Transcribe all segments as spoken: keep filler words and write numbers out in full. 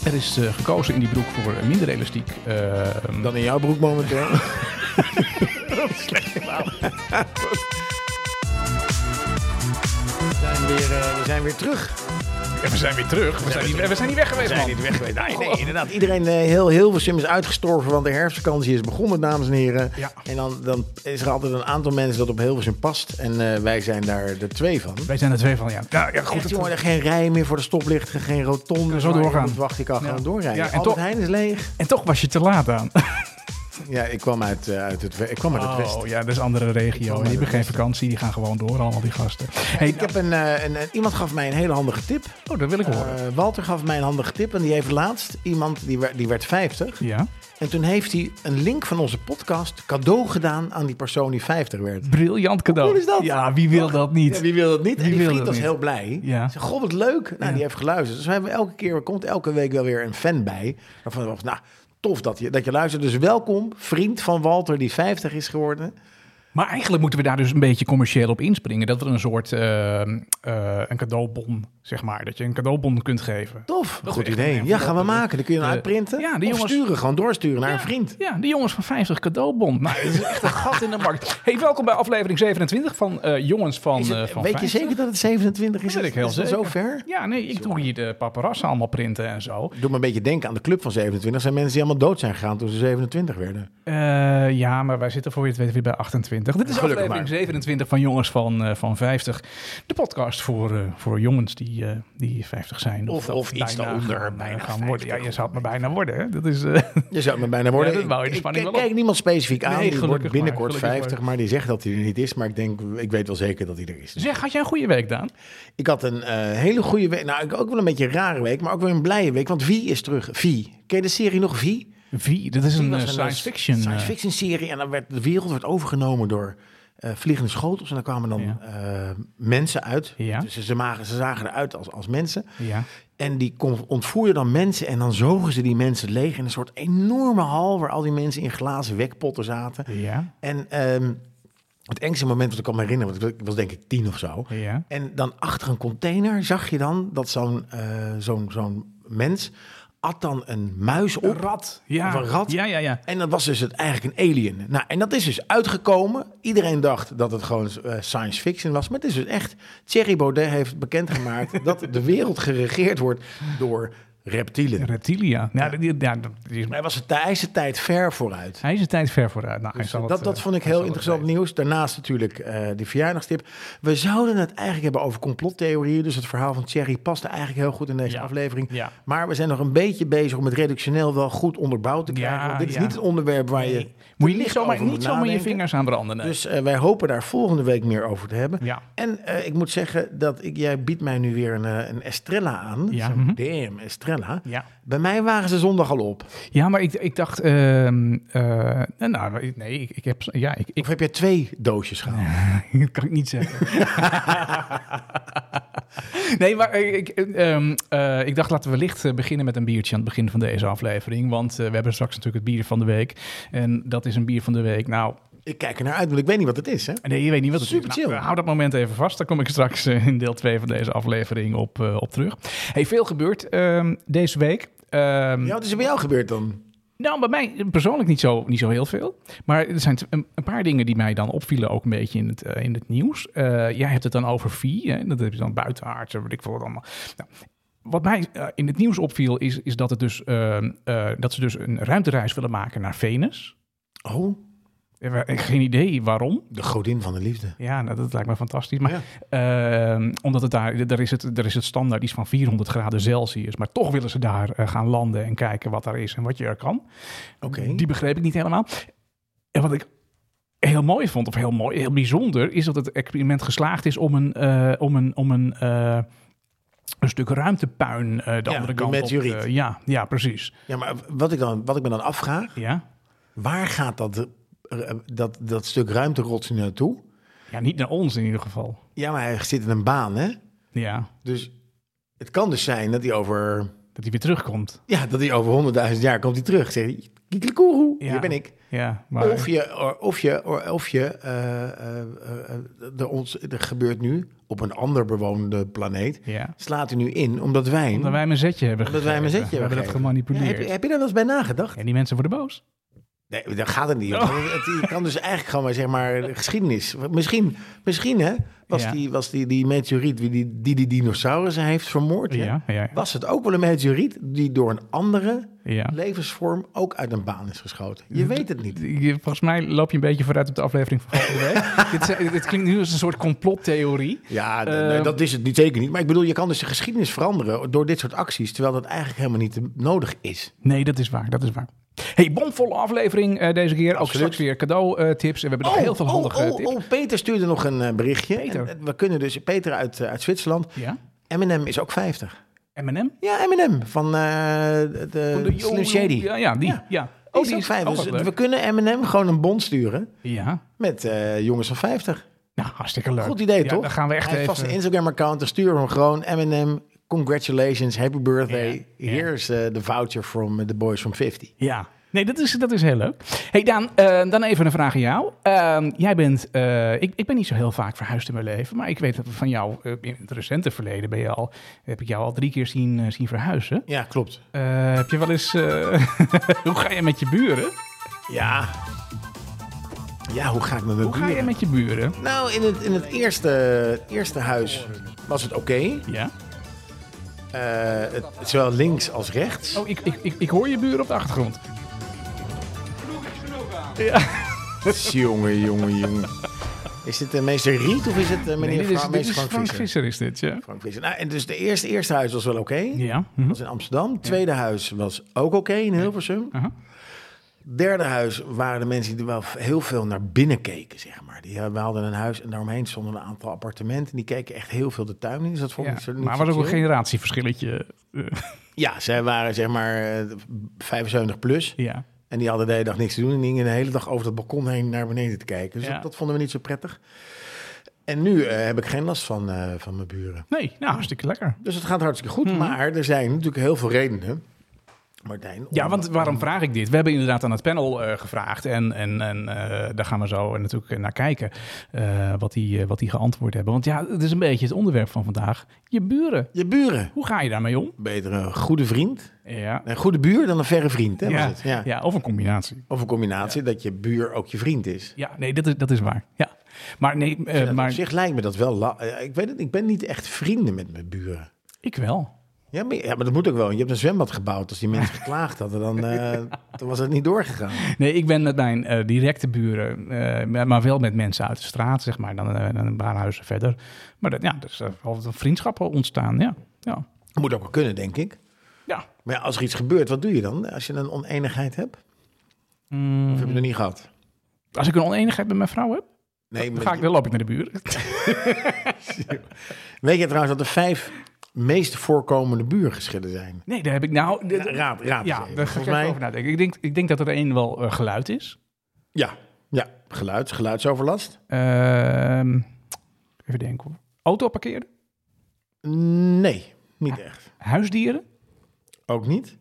Er is uh, gekozen in die broek voor minder elastiek. Uh, Dan in jouw broek momenteel. Dat is slecht gedaan. We zijn weer, uh, we zijn weer terug. Ja, we zijn weer terug. We, we, zijn, niet, we zijn niet weg geweest, we zijn man. niet weg geweest. Nee, nee, inderdaad. Iedereen uh, heel Hilversum is uitgestorven, want de herfstvakantie is begonnen, dames en heren. Ja. En dan, dan is er altijd een aantal mensen dat op Hilversum past. En uh, wij zijn daar er twee van. Wij zijn er twee van, ja. Ja, ja goed. Echt, jongen, er geen rij meer voor de stoplichten, geen rotonde. Zo doorgaan. Wacht, ik kan ja. gewoon doorrijden. Ja, en Albert toch, Heijn is leeg. En toch was je te laat aan. Ja, ik kwam uit, uh, uit, het, ik kwam uit het oh, westen. Ja, dat is een andere regio. Die hebben geen vakantie, die gaan gewoon door, allemaal die gasten. Hey, ik heb een, uh, een, een, iemand gaf mij een hele handige tip. Oh, dat wil ik horen. Uh, Walter gaf mij een handige tip en die heeft laatst iemand, die werd, die werd vijftig. Ja. En toen heeft hij een link van onze podcast cadeau gedaan aan die persoon die vijftig werd. Briljant cadeau. Hoe is dat? Ja, wie wil dat niet? Ja, wie wil dat niet? Wie en die wil vriend was niet? heel blij. Ja. Zei, god, wat leuk. Nou, ja. die heeft geluisterd. Dus we hebben elke keer, er komt elke week wel weer een fan bij. Waarvan we nou, tof dat je, dat je luistert. Dus welkom, vriend van Walter die vijftig is geworden. Maar eigenlijk moeten we daar dus een beetje commercieel op inspringen. Dat we een soort uh, uh, een cadeaubon, zeg maar. Dat je een cadeaubon kunt geven. Tof, dat goed idee. Ja, gaan we maken. Dan kun je hem uh, uitprinten. Ja, die of jongens, sturen, gewoon doorsturen naar ja, een vriend. Ja, de jongens van vijftig cadeaubon. Nou, dat is echt een gat in de markt. Hey, welkom bij aflevering zevenentwintig van uh, Jongens van, het, uh, van Weet vijftig. je zeker dat het zevenentwintig is? Dat weet ik heel is zeker. Zo ver? Ja, nee, ik doe hier de paparazzen allemaal printen en zo. Doe me een beetje denken aan de club van zevenentwintig. Dat zijn mensen die allemaal dood zijn gegaan toen ze zevenentwintig werden. Uh, ja, maar wij zitten voor je het weten weer bij achtentwintig. Dit is Gelukkig aflevering maar. zevenentwintig van Jongens van, uh, van vijftig. De podcast voor, uh, voor jongens die, uh, die vijftig zijn. Of, of, of iets daaronder. Gaan, bijna gaan worden. Ja, je zou het maar bijna worden. Hè? Dat is, uh... Je zou het maar bijna worden. Ja, dat wou je de spanning ik, wel op. Kijk niemand specifiek aan. Nee, die wordt binnenkort maar, vijftig, maar. maar die zegt dat hij er niet is. Maar ik denk, ik weet wel zeker dat hij er is. Zeg, had jij een goede week, Daan? Ik had een uh, hele goede week. Nou, ik ook wel een beetje een rare week, maar ook wel een blije week. Want Vie is terug. Vie. Ken je de serie nog, Vie? Vie, dat is een, uh, een science fiction. Science fiction serie. En dan werd de wereld werd overgenomen door uh, vliegende schotels. En daar kwamen dan ja. uh, mensen uit. Ja. Dus ze, magen, ze zagen eruit als, als mensen. Ja. En die kon, ontvoerden dan mensen en dan zogen ze die mensen leeg in een soort enorme hal waar al die mensen in glazen wekpotten zaten. Ja. En um, het engste moment wat ik kan me herinneren, want ik was denk ik tien of zo. Ja. En dan achter een container zag je dan dat zo'n uh, zo'n zo'n mens at dan een muis op. Een rat. Ja. Of een rat. Ja, ja, ja. En dat was dus het, eigenlijk een alien. Nou, en dat is dus uitgekomen. Iedereen dacht dat het gewoon uh, science fiction was. Maar het is dus echt. Thierry Baudet heeft bekendgemaakt dat de wereld geregeerd wordt door reptielen. Reptilia. Ja, ja. Die, ja, die is... Hij was de tijd, tijd ver vooruit. Hij is de tijd ver vooruit. Nou, dus zal dat, het, dat vond ik heel interessant nieuws. Daarnaast natuurlijk uh, die verjaardagstip. We zouden het eigenlijk hebben over complottheorieën. Dus het verhaal van Thierry paste eigenlijk heel goed in deze ja. aflevering. Ja. Maar we zijn nog een beetje bezig om het redactioneel wel goed onderbouwd te krijgen. Ja, want dit is ja. niet het onderwerp waar je... Moet je niet zomaar, niet zomaar je vingers aan branden. Nee. Dus uh, wij hopen daar volgende week meer over te hebben. Ja. En uh, ik moet zeggen dat ik, jij biedt mij nu weer een, een Estrella aan. Ja. Zo'n mm-hmm. Damn Estrella. Ja. Bij mij waren ze zondag al op. Ja, maar ik, ik dacht... Uh, uh, nou, nee, ik, ik heb... Ja, ik, ik... Of heb jij twee doosjes gehaald? Dat kan ik niet zeggen. Nee, maar ik, um, uh, ik dacht, laten we licht beginnen met een biertje aan het begin van deze aflevering. Want uh, we hebben straks natuurlijk het bier van de week. En dat is een bier van de week. Nou... Ik kijk er naar uit, want ik weet niet wat het is, hè? Nee, je weet niet wat het Super is. chill. Nou, hou dat moment even vast. Daar kom ik straks uh, in deel twee van deze aflevering op, uh, op terug. Hey, veel gebeurd uh, deze week. Um, ja, wat is er bij jou gebeurd dan? Nou, bij mij persoonlijk niet zo, niet zo heel veel. Maar er zijn een, een paar dingen die mij dan opvielen, ook een beetje in het, uh, in het nieuws. Uh, jij hebt het dan over Vie, hè? Dat heb je dan buitenaardse, weet ik veel wat allemaal. Nou, wat mij uh, in het nieuws opviel, is, is dat, het dus, uh, uh, dat ze dus een ruimtereis willen maken naar Venus. Oh. Geen idee waarom. De godin van de liefde. Ja, nou, dat lijkt me fantastisch. Maar ja. uh, omdat het daar, daar is het, daar is het standaard iets van vierhonderd graden Celsius. Maar toch willen ze daar uh, gaan landen en kijken wat daar is en wat je er kan. Oké. Okay. Die begreep ik niet helemaal. En wat ik heel mooi vond, of heel mooi, heel bijzonder, is dat het experiment geslaagd is om een, uh, om een, om een, uh, een stuk ruimtepuin uh, de ja, andere kant meteoriet. op. Uh, ja, ja, precies. Ja, maar wat ik, dan, wat ik me dan afvraag, ja? waar gaat dat... Dat, dat stuk ruimterots nu naartoe? Ja, niet naar ons in ieder geval. Ja, maar hij zit in een baan, hè? Ja. Dus het kan dus zijn dat hij over Dat hij weer terugkomt. Ja, dat hij over honderdduizend jaar komt hij terug. Zegt hij, kiekelikoeroe, Ja. hier ben ik. Ja, maar... Of je, of je, of je uh, uh, uh, er, ons, er gebeurt nu op een ander bewoonde planeet, Ja. slaat hij nu in, omdat wij... Omdat wij hem een zetje hebben Omdat wij hem een gegeven. zetje We hebben hebben dat gemanipuleerd. Ja, heb, je, heb je daar wel eens bij nagedacht? En die mensen worden boos. Nee, daar gaat het niet om. Oh. Het, je kan dus eigenlijk gewoon maar, zeg maar, de geschiedenis. Misschien, misschien hè, was, ja. die, was die, die meteoriet die die, die die dinosaurussen heeft vermoord. Ja, ja, ja. Was het ook wel een meteoriet die door een andere ja. levensvorm ook uit een baan is geschoten? Je weet het niet. Je, volgens mij loop je een beetje vooruit op de aflevering van volgende week. dit, dit klinkt nu als een soort complottheorie. Ja, uh, nee, dat is het niet, zeker niet. Maar ik bedoel, je kan dus de geschiedenis veranderen door dit soort acties, terwijl dat eigenlijk helemaal niet nodig is. Nee, dat is waar, dat is waar. Hey, bomvolle aflevering uh, deze keer. Absoluut. Ook straks weer cadeautips. Uh, en we hebben nog oh, heel veel handige oh, oh, tips. Oh, Peter stuurde nog een uh, berichtje. Peter. En, we kunnen dus, Peter uit, uh, uit Zwitserland. Ja? M en M is ook vijftig. M en M? Ja, M en M van, uh, de, de Slim Shady. Ja, ja, die. Ja. ja. Oh, die, die is vijftig. Dus we kunnen M en M gewoon een bon sturen. Ja. Met uh, jongens van vijftig. Nou, hartstikke leuk. Goed idee, ja, toch? Dan gaan we echt Hij heeft even... vast een Instagram-account. Dan sturen we hem gewoon M en M. Congratulations, happy birthday. Ja. Here's uh, the voucher from the boys from vijftig. Ja. Nee, dat is, dat is heel leuk. Hey Daan, uh, dan even een vraag aan jou. Uh, jij bent, uh, ik, ik ben niet zo heel vaak verhuisd in mijn leven, maar ik weet dat van jou, uh, in het recente verleden ben je al, heb ik jou al drie keer zien, uh, zien verhuizen. Ja, klopt. Uh, heb je wel eens, uh, hoe ga je met je buren? Ja. Ja, hoe ga ik met mijn hoe buren? Hoe ga je met je buren? Nou, in het, in het eerste, eerste huis was het oké. Okay. Ja. Uh, het, zowel links als rechts. Oh, ik, ik, ik, ik hoor je buren op de achtergrond. Ja. jongen, jongen, jongen. Is dit de meester Riet of is het uh, meneer nee, dit is, Fra- dit is Frank, Frank Visser? Visser is dit, ja. Frank Visser. Nou, en dus de eerste, eerste huis was wel oké. Okay. Ja. Mm-hmm. Dat was in Amsterdam. Het tweede ja. huis was ook oké okay in Hilversum. Uh-huh. Derde huis waren de mensen die wel heel veel naar binnen keken, zeg maar. Die, we hadden een huis en daaromheen stonden een aantal appartementen. Die keken echt heel veel de tuin in. Dus dat vond ja, ik zo niet maar zo was ook chill. een generatieverschilletje. Ja, zij waren zeg maar vijfenzeventig plus. Ja. En die hadden de hele dag niks te doen. En die gingen de hele dag over het balkon heen naar beneden te kijken. Dus ja. dat, dat vonden we niet zo prettig. En nu uh, heb ik geen last van, uh, van mijn buren. Nee, nou, hartstikke lekker. Dus het gaat hartstikke goed. Mm-hmm. Maar er zijn natuurlijk heel veel redenen. Martijn. Om, ja, want waarom vraag ik dit? We hebben inderdaad aan het panel uh, gevraagd. En, en, en uh, daar gaan we zo natuurlijk naar kijken. Uh, wat, die, uh, wat die geantwoord hebben. Want ja, het is een beetje het onderwerp van vandaag. Je buren. Je buren. Hoe ga je daarmee om? Beter een goede vriend. Ja. Een goede buur dan een verre vriend. Hè, ja. was het? Ja. ja, of een combinatie. Of een combinatie ja. dat je buur ook je vriend is. Ja, nee, dat is, dat is waar. Ja. Maar nee, uh, maar... Op zich lijkt me dat wel... La- ik weet het, ik ben niet echt vrienden met mijn buren. Ik wel. Ja maar, ja, maar dat moet ook wel. Je hebt een zwembad gebouwd. Als die mensen geklaagd hadden, dan, uh, dan was het niet doorgegaan. Nee, ik ben met mijn uh, directe buren, uh, maar wel met mensen uit de straat, zeg maar, dan, uh, dan een paar huizen verder. Maar dat, ja, er is altijd een vriendschap ontstaan, ja. ja. Moet ook wel kunnen, denk ik. Ja. Maar ja, als er iets gebeurt, wat doe je dan? Als je een oneenigheid hebt? Mm. Of heb je er niet gehad? Als ik een oneenigheid met mijn vrouw heb, nee, dan, ga ik, dan loop ik naar de buren. Weet je trouwens dat er vijf meest voorkomende buurgeschillen zijn? Nee, daar heb ik nou... De, raad, raad ja, daar ga ik mij... over nadenken. Ik denk, ik denk dat er één wel uh, geluid is. Ja, ja, geluid, geluidsoverlast. Uh, even denken. Auto parkeren? Nee, niet echt. Huisdieren? Ook niet.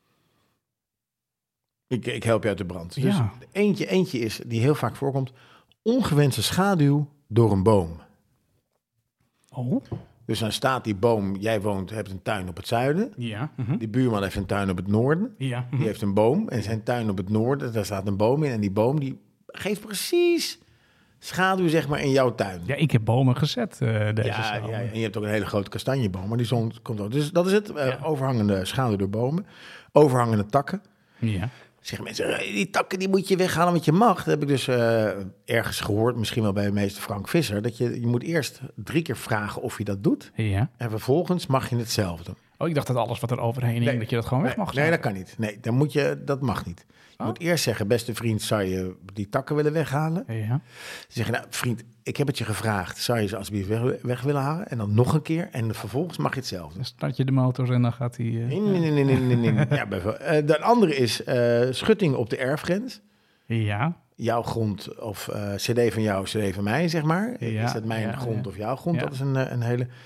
Ik, ik help je uit de brand. Dus ja. eentje, eentje is, die heel vaak voorkomt, ongewenste schaduw door een boom. Oh. Dus dan staat die boom, jij woont, hebt een tuin op het zuiden. Ja. Uh-huh. Die buurman heeft een tuin op het noorden. Ja. Uh-huh. Die heeft een boom en zijn tuin op het noorden, daar staat een boom in. En die boom die geeft precies schaduw, zeg maar, in jouw tuin. Ja, ik heb bomen gezet uh, deze ja, zomer. ja, en je hebt ook een hele grote kastanjeboom, maar die zon komt ook. Dus dat is het, uh, ja. overhangende schaduw door bomen. Overhangende takken. Ja. Zeggen mensen, die takken die moet je weghalen, want je mag. Dat heb ik dus uh, ergens gehoord, misschien wel bij meester Frank Visser, dat je, je moet eerst drie keer vragen of je dat doet. Ja. En vervolgens mag je het zelf doen. Oh, ik dacht dat alles wat er overheen hing, nee, dat je dat gewoon weg mag Nee, nee, dat kan niet. Nee, dan moet je, dat mag niet. Je oh. moet eerst zeggen, beste vriend, zou je die takken willen weghalen? Ja. Dan zeg je, nou vriend, ik heb het je gevraagd. Zou je ze alsjeblieft weg, weg willen halen? En dan nog een keer. En vervolgens mag je het zelf doen. Dan start je de motor en dan gaat hij... Uh... Nee, nee, nee, nee, nee, nee, nee. Ja, uh, de andere is uh, schutting op de erfgrens. Ja. Jouw grond of uh, cd van jou, cd van mij, zeg maar. Ja, is dat mijn ja, grond ja. of jouw grond? Ja. Dat is een, een hele...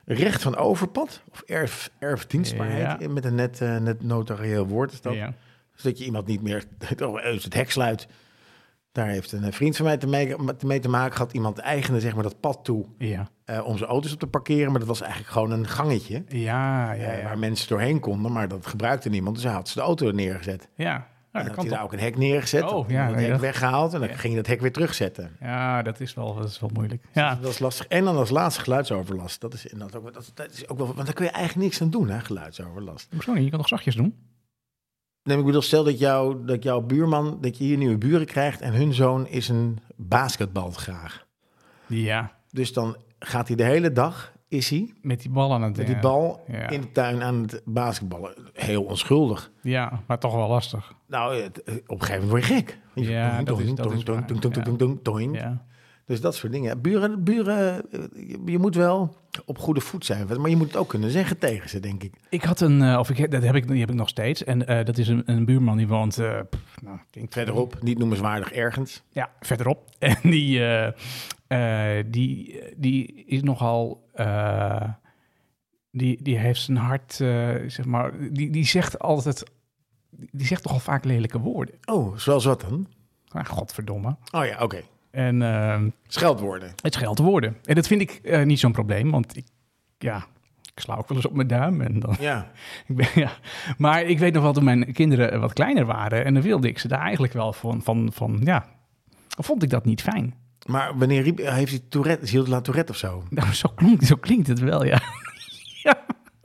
recht van overpad of erf, erfdienstbaarheid. Ja. Met een net, uh, net notarieel woord is dat. Ja. Dus dat je iemand niet meer het hek sluit. Daar heeft een vriend van mij te mee, mee te maken gehad. Iemand eigende zeg maar dat pad toe Ja. uh, om zijn auto's op te parkeren. Maar dat was eigenlijk gewoon een gangetje. Ja, ja, ja. Uh, waar mensen doorheen konden. Maar dat gebruikte niemand. Dus hij had ze de auto neergezet. Ja. En Ja, dan dat had kan hij toch. daar ook een hek neergezet. Oh, en ja, het nee, hek dat- weggehaald. En dan Ja. ging je dat hek weer terugzetten. Ja, dat is wel, dat is wel moeilijk. Ja. Dat is lastig. En dan als laatste geluidsoverlast. Dat is, inderdaad ook, dat, dat is ook wel... Want daar kun je eigenlijk niks aan doen, hè, geluidsoverlast. Hoezo niet? Je kan nog zachtjes doen? Nee, ik bedoel, stel dat, jou, dat jouw buurman... dat je hier nieuwe buren krijgt... en hun zoon is een basketbalgraag. Ja. Dus dan gaat hij de hele dag... is hij Met die bal aan het met die ja. bal Ja. in de tuin aan het basketballen. Heel onschuldig. Ja, maar toch wel lastig. Nou, het- op een gegeven moment word je gek. Ja, Toing, dat is- toing, dat is toing, waar. toing, toing, Ja. toing, toing, toing. Ja. Dus dat soort dingen. Buren, buren je, je moet wel op goede voet zijn. Maar je moet het ook kunnen zeggen tegen ze, denk ik. Ik had een, uh, of ik, dat heb ik, die heb ik nog steeds. En uh, dat is een, een buurman die woont, uh, pff, nou, ik denk Verderop, niet noemenswaardig ergens. Ja, verderop. En die, uh, uh, die, die is nogal, uh, die, die heeft zijn hart, uh, zeg maar, die, die zegt altijd, die zegt toch al vaak lelijke woorden. Oh, zoals wat dan? Ah, godverdomme. Oh ja, oké. Okay. En uh, scheldwoorden. Het scheldwoorden. En dat vind ik uh, niet zo'n probleem, want ik, ja, ik sla ook wel eens op mijn duim. En dan, ja. ik ben, ja. Maar ik weet nog wel, toen mijn kinderen wat kleiner waren, en dan wilde ik ze daar eigenlijk wel van, van, van ja, vond ik dat niet fijn. Maar wanneer riep, heeft hij Tourette, Gilles de la Tourette of zo? Nou, zo, klonk, zo klinkt het wel, ja. ja.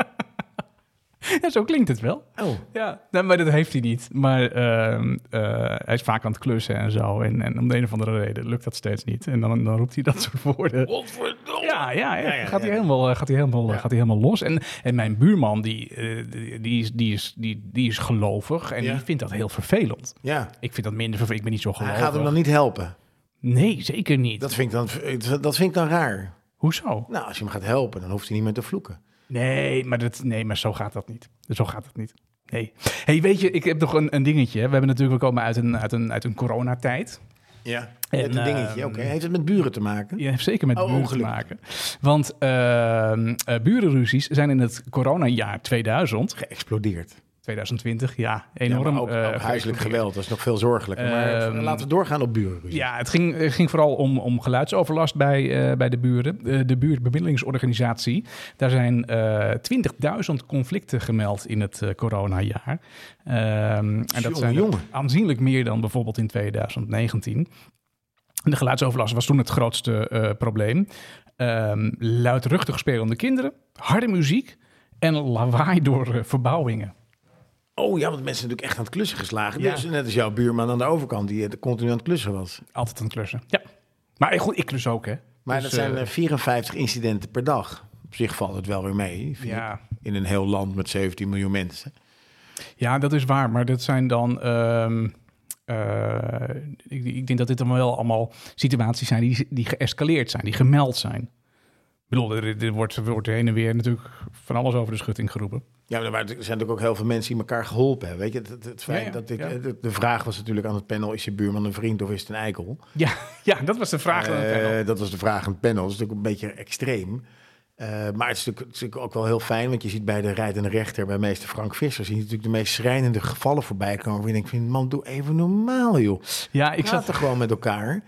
Ja, zo klinkt het wel. Oh. Ja, nou, maar dat heeft hij niet. Maar uh, uh, hij is vaak aan het klussen en zo. En, en om de een of andere reden lukt dat steeds niet. En dan, dan roept hij dat soort woorden. Godverdomme. Ja, ja, ja. ja, ja gaat, ja. Hij helemaal, gaat, hij helemaal, Ja. gaat hij helemaal los. En, en mijn buurman, die, uh, die, die, is, die, is, die, die is gelovig. En Ja. die vindt dat heel vervelend. Ja. Ik vind dat minder vervelend. Ik ben niet zo Hij gelovig. gaat hem dan niet helpen. Nee, zeker niet. Dat vind ik dan, dat vind ik dan raar. Hoezo? Nou, als je hem gaat helpen, dan hoeft hij niet meer te vloeken. Nee, maar, dat, nee, maar zo gaat dat niet. Zo gaat het niet. Nee. Hey, weet je, ik heb nog een, een dingetje. We hebben natuurlijk, we komen uit een, uit een, uit een coronatijd. Ja, En, met een dingetje. uh, Oké, okay. Heeft het met buren te maken? Ja, heeft zeker met Oh, buren te ongelukkig. maken. Want uh, uh, burenruzies zijn in het coronajaar tweeduizend... Geëxplodeerd. twintig twintig, ja, enorm. Ja, maar ook, uh, ook huiselijk geweld, dat is nog veel zorgelijker. Maar Um, laten we doorgaan op burenruzie. Ja, het ging, het ging vooral om, om geluidsoverlast bij, uh, bij de buren. Uh, de buurtbemiddelingsorganisatie. Daar zijn uh, twintigduizend conflicten gemeld in het uh, coronajaar. Um, en dat Jongen, zijn jongen. aanzienlijk meer dan bijvoorbeeld in twintig negentien. De geluidsoverlast was toen het grootste uh, probleem. Um, luidruchtig spelende kinderen, harde muziek en lawaai door uh, verbouwingen. Oh ja, want mensen zijn natuurlijk echt aan het klussen geslagen. Ja. Dus net als jouw buurman aan de overkant, die uh, continu aan het klussen was. Altijd aan het klussen. Ja. Maar goed, ik klus ook, hè. Maar Dus, dat zijn uh, uh, vierenvijftig incidenten per dag. Op zich valt het wel weer mee. Vind ja. ik, in een heel land met zeventien miljoen mensen. Ja, dat is waar. Maar dat zijn dan... Um, uh, ik, ik denk dat dit dan wel allemaal situaties zijn die, die geëscaleerd zijn, die gemeld zijn. Ik bedoel, er, er wordt, er wordt heen en weer natuurlijk van alles over de schutting geroepen. Ja, maar er zijn natuurlijk ook heel veel mensen die elkaar geholpen hebben. Weet je, het, het, het feit Ja, ja, dat dit, ja. de, de vraag was natuurlijk aan het panel: is je buurman een vriend of is het een eikel? Ja, ja dat was de vraag. aan het panel. Uh, dat was de vraag aan het panel. Dat is natuurlijk een beetje extreem. Uh, maar het is, natuurlijk, het is natuurlijk ook wel heel fijn, want je ziet bij de rijdende rechter, bij meester Frank Visser, zie je natuurlijk de meest schrijnende gevallen voorbij komen. Waar je denkt, van, man, doe even normaal, joh. Ja, ik Praat zat er gewoon met elkaar.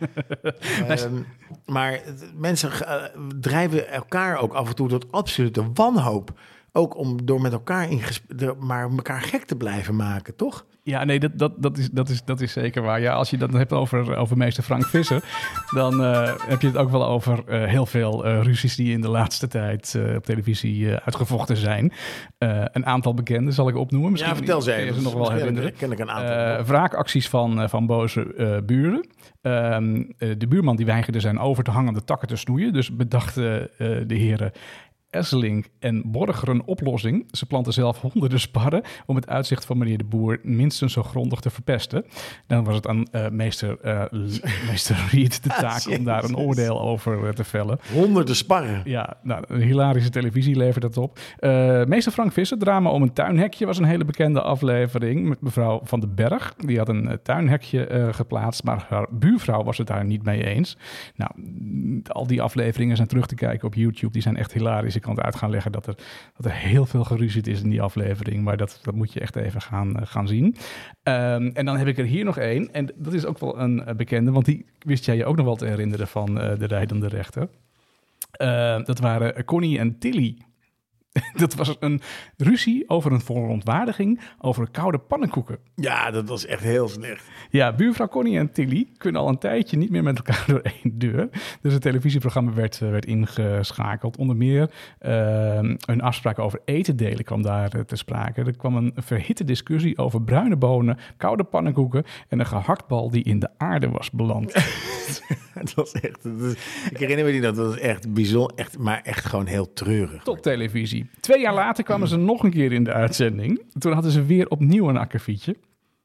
um, maar het, mensen uh, drijven elkaar ook af en toe tot absolute wanhoop. Ook om door met elkaar in gesp- maar elkaar gek te blijven maken, toch? Ja, nee, dat, dat, dat, is, dat, is, dat is zeker waar. Ja, als je dat hebt over, over meester Frank Visser, dan uh, heb je het ook wel over uh, heel veel uh, ruzies die in de laatste tijd uh, op televisie uh, uitgevochten zijn. Uh, een aantal bekende zal ik opnoemen. Misschien ja, vertel ze kun je even. ze nog wel herinneren. Ken ik een aantal. Uh, wraakacties van, uh, van boze uh, buren. Um, uh, de buurman die weigerde zijn over te hangende takken te snoeien. Dus bedachten uh, de heren Esseling en Borger een oplossing. Ze planten zelf honderden sparren om het uitzicht van meneer de Boer minstens zo grondig te verpesten. Dan was het aan uh, meester, uh, meester Reed de taak om daar een oordeel over uh, te vellen. Honderden sparren. Ja, nou, een hilarische televisie levert dat op. Uh, meester Frank Visser, drama om een tuinhekje, was een hele bekende aflevering met mevrouw Van den Berg. Die had een uh, tuinhekje uh, geplaatst, maar haar buurvrouw was het daar niet mee eens. Nou, al die afleveringen zijn terug te kijken op YouTube. Die zijn echt hilarisch. Ik kant uit gaan leggen dat er, dat er heel veel geruzied is in die aflevering. Maar dat, dat moet je echt even gaan, uh, gaan zien. Um, en dan heb ik er hier nog één. En dat is ook wel een uh, bekende, want die wist jij je ook nog wel te herinneren van uh, de rijdende rechter. Uh, dat waren Connie en Tilly. Dat was een ruzie over een verontwaardiging over koude pannenkoeken. Ja, dat was echt heel slecht. Ja, buurvrouw Connie en Tilly kunnen al een tijdje niet meer met elkaar door één deur. Dus het televisieprogramma werd, werd ingeschakeld. Onder meer uh, een afspraak over eten delen kwam daar uh, te sprake. Er kwam een verhitte discussie over bruine bonen, koude pannenkoeken en een gehaktbal die in de aarde was beland. Het was echt, het is, ik herinner me die dat, dat was echt bijzonder, echt, maar echt gewoon heel treurig. Top televisie. Twee jaar later kwamen ze nog een keer in de uitzending. Toen hadden ze weer opnieuw een akkefietje.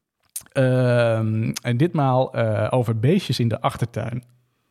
Uh, en ditmaal uh, over beestjes in de achtertuin.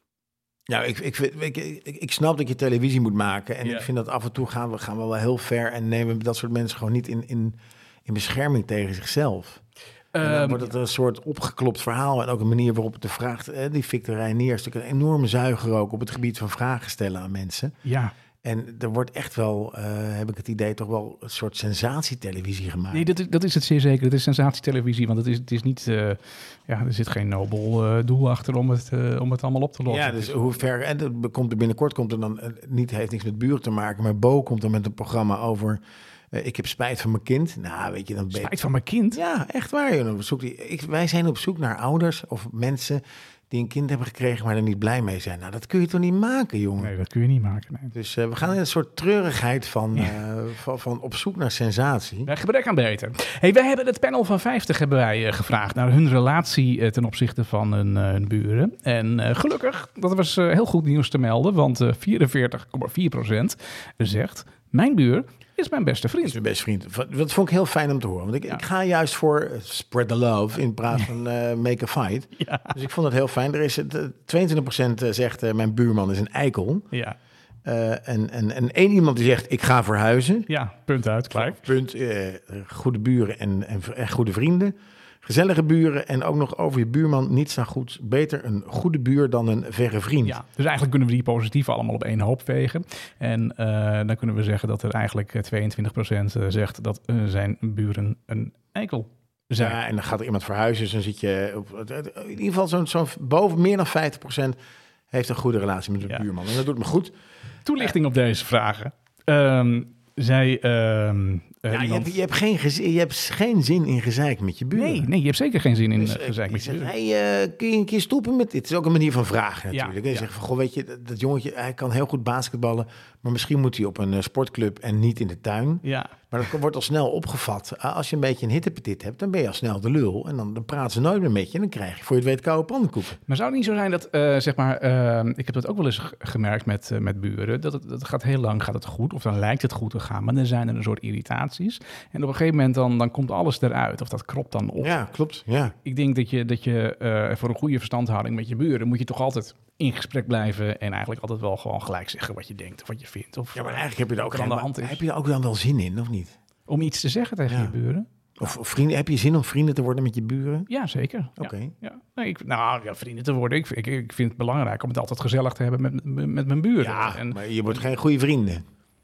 Ja, ik, ik, ik, ik, ik snap dat je televisie moet maken. En ja. ik vind dat af en toe gaan we, gaan we wel heel ver en nemen dat soort mensen gewoon niet in, in, in bescherming tegen zichzelf. En dan um, wordt het een soort opgeklopt verhaal. En ook een manier waarop het de vraag, eh, die Victor Reinier is natuurlijk een enorme zuiger ook op het gebied van vragen stellen aan mensen. Ja. En er wordt echt wel, uh, heb ik het idee, toch wel een soort sensatietelevisie gemaakt. Nee, dat is, dat is het zeer zeker. Het is sensatietelevisie, want het is, het is niet, uh, ja, er zit geen nobel uh, doel achter om het, uh, om het allemaal op te lossen. Ja, dus hoe ver, en er komt er binnenkort, komt er dan, uh, niet, heeft niks met buren te maken, maar Bo komt er met een programma over, uh, ik heb spijt van mijn kind. Nou, weet je, dan ben... Spijt van mijn kind? Ja, echt waar. Joh. Op zoek, ik, wij zijn op zoek naar ouders of mensen die een kind hebben gekregen, maar er niet blij mee zijn. Nou, dat kun je toch niet maken, jongen? Nee, dat kun je niet maken. Nee. Dus uh, we gaan in een soort treurigheid van, ja. uh, van, van op zoek naar sensatie. Bij gebrek aan beter. Hey, wij hebben het panel van vijftig hebben wij uh, gevraagd naar hun relatie uh, ten opzichte van hun, uh, hun buren. En uh, gelukkig, dat was uh, heel goed nieuws te melden, want uh, vierenveertig komma vier procent zegt, mijn buur is mijn beste vriend. Is mijn beste vriend. Dat vond ik heel fijn om te horen. Want ik, ja. ik ga juist voor uh, spread the love in plaats van uh, make a fight. Ja. Dus ik vond dat heel fijn. Er is uh, tweeëntwintig procent zegt uh, mijn buurman is een eikel. Ja. Uh, en, en, en één iemand die zegt ik ga verhuizen. Ja, punt uit, klaar. Punt. Uh, goede buren en, en, en goede vrienden. Gezellige buren en ook nog over je buurman niets dan goed. Beter een goede buur dan een verre vriend. Ja, dus eigenlijk kunnen we die positieve allemaal op één hoop vegen. En uh, dan kunnen we zeggen dat er eigenlijk tweeëntwintig procent zegt dat uh, zijn buren een eikel zijn. Ja, en dan gaat er iemand verhuizen. Dus dan zit je op, in ieder geval zo'n zo'n boven meer dan vijftig procent heeft een goede relatie met de ja. buurman. En dat doet me goed. Toelichting uh, op deze vragen. Um, zij... Um, Uh, ja, je, hebt, je, hebt geen geze- je hebt geen zin in gezeik met je buren. Nee, nee, je hebt zeker geen zin in dus, uh, gezeik met je buren. Hey, uh, kun je een keer stoppen met dit? Het is ook een manier van vragen natuurlijk. Ja, je ja. zegt van, goh, weet je, dat, dat jongetje, hij kan heel goed basketballen, maar misschien moet hij op een uh, sportclub en niet in de tuin. Ja. Maar dat wordt al snel opgevat. Uh, als je een beetje een hittepetit hebt, dan ben je al snel de lul. En dan, dan praten ze nooit meer met je en dan krijg je voor je het weet koude pannenkoeken. Maar zou het niet zo zijn dat, uh, zeg maar, uh, ik heb dat ook wel eens g- gemerkt met, uh, met buren, dat het, dat gaat heel lang gaat het goed, of dan lijkt het goed te gaan, maar dan zijn er een soort irritaties. En op een gegeven moment dan, dan komt alles eruit, of dat kropt dan op. Ja, klopt. Ja. Ik denk dat je, dat je uh, voor een goede verstandhouding met je buren moet je toch altijd in gesprek blijven en eigenlijk altijd wel gewoon gelijk zeggen wat je denkt of wat je vindt. Of, ja, maar eigenlijk heb je er ook aan de hand is. Heb je er ook dan wel zin in, of niet? Om iets te zeggen tegen ja. je buren? Of, of vrienden, heb je zin om vrienden te worden met je buren? Ja, zeker. Oké. Okay. Ja. Ja. Nee, ik, nou, ja, vrienden te worden. Ik, ik, ik vind het belangrijk om het altijd gezellig te hebben met, met, met mijn buren. Ja, en, maar je wordt geen goede vrienden.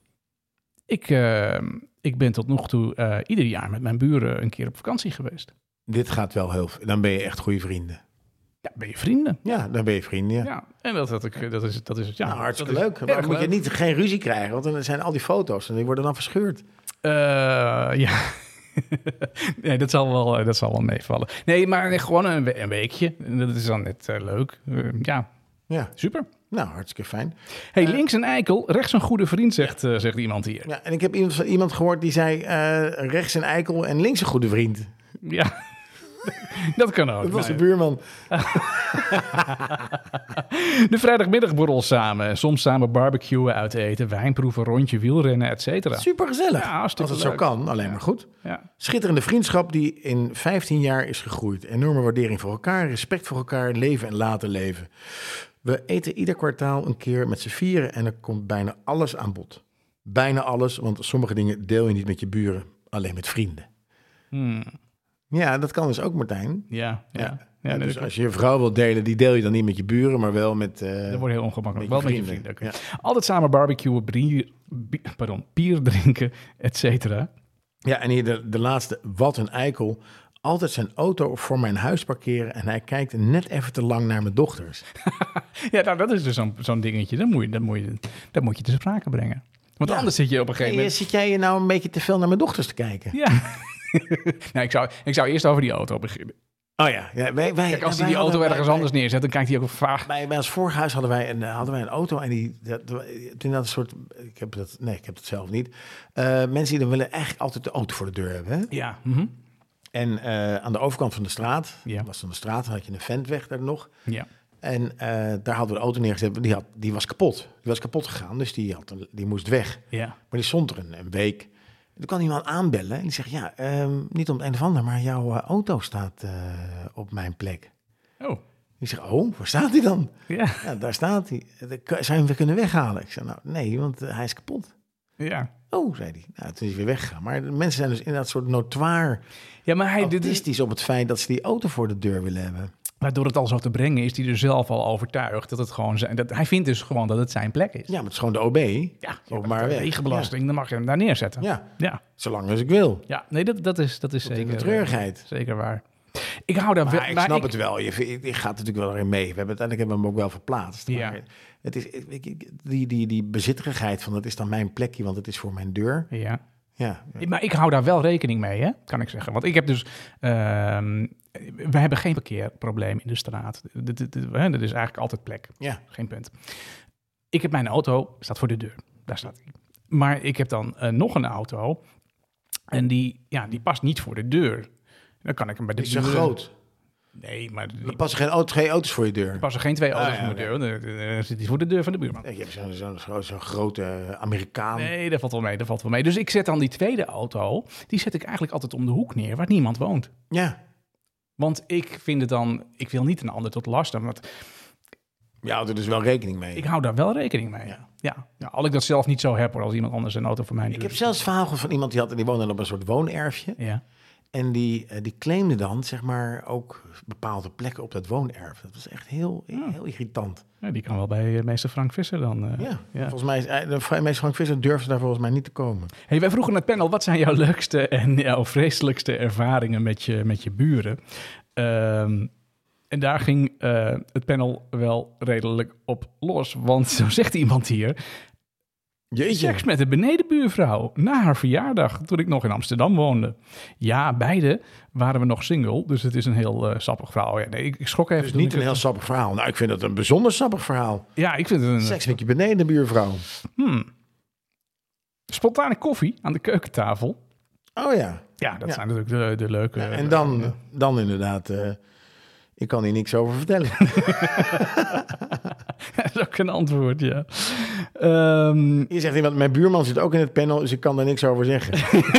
Ik, uh, ik ben tot nog toe uh, ieder jaar met mijn buren een keer op vakantie geweest. Dit gaat wel heel veel. Dan ben je echt goede vrienden. Ja, ben je vrienden. Ja, dan ben je vrienden, ja. ja en dat, dat, ik, dat is het. Dat is het ja, nou, hartstikke dat leuk. Maar moet leuk. je niet geen ruzie krijgen, want dan zijn al die foto's en die worden dan verscheurd. Uh, ja. nee, dat zal, wel, dat zal wel meevallen. Nee, maar nee, gewoon een, een weekje. Dat is dan net uh, leuk. Uh, ja. ja, super. Nou, hartstikke fijn. Hey, uh, links een eikel, rechts een goede vriend, zegt, uh, zegt iemand hier. Ja, en ik heb iemand, iemand gehoord die zei uh, rechts een eikel en links een goede vriend. Ja, dat kan ook. Dat was nee. de buurman. De vrijdagmiddagborrel samen. Soms samen barbecuen, uit eten, wijnproeven, rondje wielrennen, et cetera. Super gezellig. Ja, als het leuk. zo kan, alleen ja. maar goed. Ja. Schitterende vriendschap die in vijftien jaar is gegroeid. Enorme waardering voor elkaar, respect voor elkaar, leven en laten leven. We eten ieder kwartaal een keer met z'n vieren en er komt bijna alles aan bod. Bijna alles, want sommige dingen deel je niet met je buren, alleen met vrienden. Hmm. Ja, dat kan dus ook, Martijn. Ja, ja. Ja. ja, Ja, nee, dus dat- als je je vrouw wilt delen, die deel je dan niet met je buren, maar wel met... eh, dat wordt heel ongemakkelijk. met Wel je met je vrienden. vrienden. oké. Altijd samen barbecuen, bier, bier, pardon, bier drinken, et cetera. Ja, en hier de, de laatste, wat een eikel. Altijd zijn auto voor mijn huis parkeren en hij kijkt net even te lang naar mijn dochters. Ja, nou, dat is dus zo'n zo'n dingetje. Dat moet, je, dat, moet je, dat moet je te sprake brengen. Want Ja. anders zit je op een gegeven Hey, moment... zit jij je nou een beetje te veel naar mijn dochters te kijken? Ja. nou, ik zou, ik zou eerst over die auto beginnen. Oh ja, ja wij, wij, Kijk, als hij wij die auto hadden- ergens wij- anders neerzet, dan kijkt hij ook vaag. Bij, bij ons vorig huis hadden wij een, eh, hadden wij een auto en die, dat, toen dat een soort, ik heb dat, nee, ik heb het zelf niet. Uh, mensen die dan willen echt altijd de auto voor de deur hebben. Hè? Ja. Mhm. En uh, aan de overkant van de straat, Ja. was van de straat, had je een ventweg daar nog. Ja. En uh, daar hadden we de auto neergezet, die, had, die was kapot. Die was kapot gegaan, dus die, had een, die moest weg. Ja. Maar die stond er een, een week. En toen kwam iemand aanbellen en die zegt, ja, um, niet om het een of ander, maar jouw uh, auto staat uh, op mijn plek. Oh. Ik zeg, oh, waar staat hij dan? Ja. Ja, daar staat hij. Zou je hem weer kunnen weghalen? Ik zeg, nou, nee, want uh, hij is kapot. Ja. Oh, zei hij. Nou, toen is hij weer weggegaan. Maar de mensen zijn dus inderdaad soort notoir Ja, maar hij... Dit is, autistisch op het feit dat ze die auto voor de deur willen hebben. maar door het al zo te brengen, is hij er zelf al overtuigd dat het gewoon zijn... Dat, hij vindt dus gewoon dat het zijn plek is. Ja, maar het is gewoon de O B. Ja, Ook maar weg. wegenbelasting, dan mag je hem daar neerzetten. Ja, Ja. zolang als ik wil. Ja, nee, dat, dat is, dat is Tot in zeker, de treurigheid. zeker waar. Ik hou daar Maar wel... ik maar snap het wel. Je, je gaat natuurlijk wel erin mee. We hebben, uiteindelijk hebben we hem ook wel verplaatst. Ja. Maar het is, ik- ik- die, die, die bezitterigheid van dat is dan mijn plekje, want het is voor mijn deur. Ja. Ja, Maar ik hou daar wel rekening mee, hè, kan ik zeggen. Want ik heb dus... ehm, we hebben geen parkeerprobleem in de straat. Dit, dit, dit, hè, dit is eigenlijk altijd plek. ja. Geen punt. Ik heb mijn auto, staat voor de deur. Daar staat hij. Maar ik heb dan uh, nog een auto. En die, ja, die past niet voor de deur. Dan kan ik hem bij de Die is zo deur- groot. Nee, maar Er die passen geen, auto, geen auto's voor je deur. passen geen twee auto's Ah, ja, voor de deur. Dan- dan- Dan zit hij voor de deur van de buurman. Nee, je hebt zo'n zo'n zo, zo grote uh, Amerikaan. Nee, dat valt wel mee, dat valt wel mee. Dus ik zet dan die tweede auto, die zet ik eigenlijk altijd om de hoek neer, waar niemand woont. Ja. Want ik vind het dan, ik wil niet een ander tot lasten, want Je houdt er dus wel rekening mee. ik hou daar wel rekening mee. Ja. Ja, ja, al ik dat zelf niet zo heb, hoor, als iemand anders een auto voor mij Ik doet. heb zelfs verhaal gehoord van iemand die had en die woonde op een soort woonerfje. Ja. En die, uh, die claimde dan, zeg maar, ook bepaalde plekken op dat woonerf. Dat was echt heel, Oh. heel irritant. Ja, die kan wel bij uh, meester Frank Visser dan. Uh, Ja, ja. volgens mij is uh, de meester Frank Visser durfde daar volgens mij niet te komen. Hey, wij vroegen het panel, wat zijn jouw leukste en jouw vreselijkste ervaringen met je, met je buren? Um, en daar ging uh, het panel wel redelijk op los. Want zo zegt iemand hier... Jeetje. Seks met een benedenbuurvrouw na haar verjaardag, toen ik nog in Amsterdam woonde. Ja, beide waren we nog single, dus het is een heel uh, sappig verhaal. Ja, nee, ik, ik schrok even. Dus toen niet ik een heel het- sappig verhaal. Nou, ik vind het een bijzonder sappig verhaal. Ja, ik vind het een... Seks met je benedenbuurvrouw. Hmm. Spontane koffie aan de keukentafel. Oh ja. Ja, dat Ja. zijn natuurlijk de, de leuke... Ja, en dan, dan inderdaad, uh, ik kan hier niks over vertellen. Dat is ook een antwoord, ja. Um, Je zegt iemand, mijn buurman zit ook in het panel, dus ik kan daar niks over zeggen.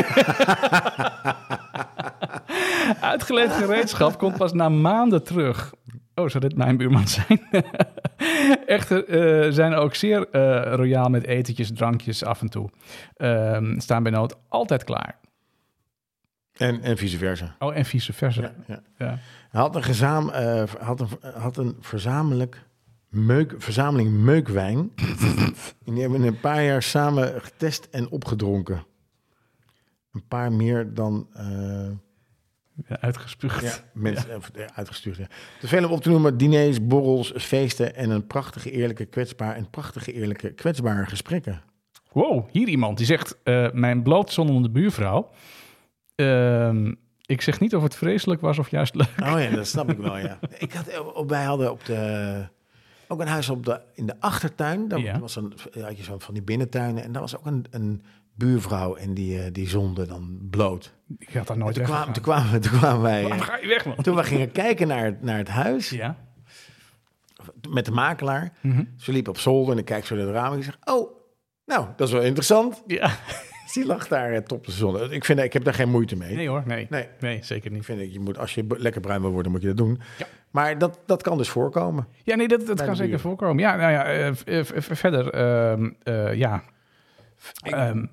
Uitgeleend gereedschap komt pas na maanden terug. Oh, zou dit mijn buurman zijn? Echter uh, zijn ook zeer uh, royaal met etentjes, drankjes af en toe. Um, staan bij nood altijd klaar. En, en vice versa. Oh, en vice versa. Ja, ja. Ja. Hij had een, gezam, uh, had een, had een verzamelijk meuk, verzameling meukwijn. En die hebben een paar jaar samen getest en opgedronken. Een paar meer dan... Uh, Ja, uitgespuugd. Ja, mensen ja. Uh, uitgestuurd. Ja. Te veel om op te noemen: diners, borrels, feesten en een prachtige, eerlijke, kwetsbaar en prachtige, eerlijke, kwetsbare gesprekken. Wow, hier iemand die zegt: uh, mijn blootzonnende buurvrouw. Uh, ik zeg niet of het vreselijk was of juist leuk. Oh ja, dat snap ik wel. Ja. Ik had, wij hadden op de ook een huis op de in de achtertuin. Daar Ja. was een had je zo van die binnentuinen en daar was ook een, een buurvrouw en die die zonde dan bloot. Ik had daar nooit toen, weg. kwamen, toen kwamen toen kwamen wij. Waarom ga je weg, man? Toen we gingen kijken naar het, naar het huis. Ja. Met de makelaar. Mm-hmm. Ze liep op zolder en ik kijk zo naar het raam en ik zeg: oh, nou, dat is wel interessant. Ja. Die lag daar uh, top de zon. Ik, vind, ik heb daar geen moeite mee. Nee hoor, nee. Nee. Nee, zeker Ik niet. vind dat je moet, als je b- lekker bruin wil worden, moet je dat doen. Ja. Maar dat, dat kan dus voorkomen. Ja, nee, dat, dat Bij kan de zeker buren. voorkomen. Ja, nou ja, uh, v- v- verder, um, uh, ja. Um,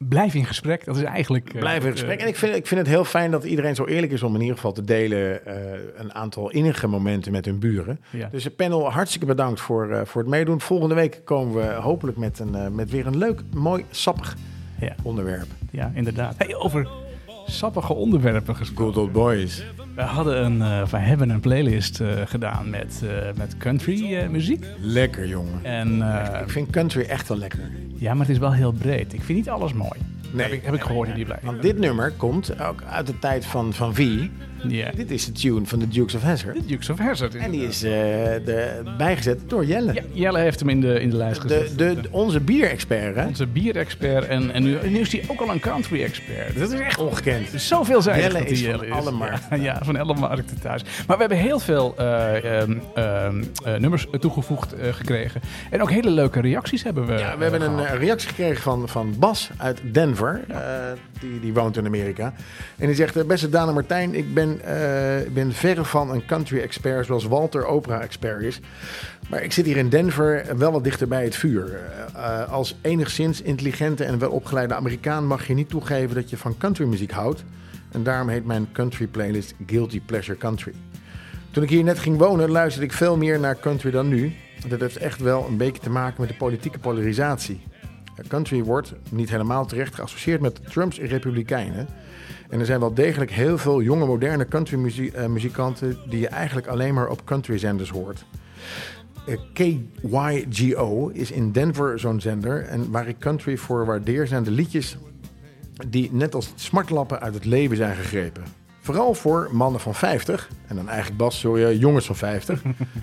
blijf in gesprek. Dat is eigenlijk... Uh, blijf in gesprek. Uh, en ik vind, ik vind het heel fijn dat iedereen zo eerlijk is om in ieder geval te delen uh, een aantal innige momenten met hun buren. Ja. Dus het panel, hartstikke bedankt voor, uh, voor het meedoen. Volgende week komen we hopelijk met, een, uh, met weer een leuk, mooi, sappig ja. onderwerp. Ja, inderdaad. Hey, over sappige onderwerpen gesproken. Good old boys. We hadden een, uh, we hebben een playlist uh, gedaan met, uh, met country uh, muziek. Lekker, jongen. En, uh, ik vind country echt wel lekker. Ja, maar het is wel heel breed. Ik vind niet alles mooi. Nee. Heb ik, heb ik gehoord in die blijf. Want dit nummer komt ook uit de tijd van, van V. Yeah. Dit is de tune van de Dukes of Hazzard. De Dukes of Hazzard. En die is uh, de, bijgezet door Jelle. Ja, Jelle heeft hem in de, in de lijst gezet. De, de, onze bierexpert, hè? Onze bierexpert. En, en nu, nu is hij ook al een country-expert. Dat is echt ongekend. Zo veelzijdig. Jelle is Jelle van is. alle markten. Ja, ja, van alle markten thuis. Maar we hebben heel veel uh, um, um, uh, nummers toegevoegd uh, gekregen. En ook hele leuke reacties hebben we Ja, we uh, hebben gehad. een reactie gekregen van, van Bas uit Denver. Uh, die, die woont in Amerika. En die zegt, beste Daan en Martijn, ik ben... Uh, Ik ben verre van een country-expert zoals Walter opera-expert is. Maar ik zit hier in Denver wel wat dichter bij het vuur. Uh, als enigszins intelligente en welopgeleide Amerikaan mag je niet toegeven dat je van countrymuziek houdt. En daarom heet mijn country-playlist Guilty Pleasure Country. Toen ik hier net ging wonen, luisterde ik veel meer naar country dan nu. Dat heeft echt wel een beetje te maken met de politieke polarisatie. Country wordt niet helemaal terecht geassocieerd met Trumps republikeinen. En er zijn wel degelijk heel veel jonge, moderne countrymuzikanten die je eigenlijk alleen maar op countryzenders hoort. Uh, K Y G O is in Denver zo'n zender en waar ik country voor waardeer zijn de liedjes die net als smartlappen uit het leven zijn gegrepen. Vooral voor mannen van vijftig, en dan eigenlijk Bas, sorry, jongens van vijftig,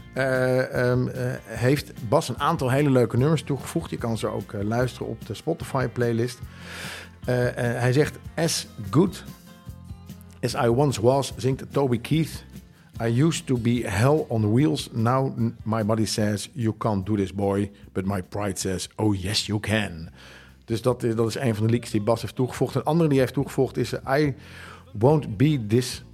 uh, um, uh, heeft Bas een aantal hele leuke nummers toegevoegd. Je kan ze ook uh, luisteren op de Spotify-playlist. Uh, uh, hij zegt, as good as I once was, zingt Toby Keith. I used to be hell on wheels. Now my body says, you can't do this, boy. But my pride says, oh yes, you can. Dus dat is, dat is een van de liedjes die Bas heeft toegevoegd. Een andere die hij heeft toegevoegd is, I won't be this...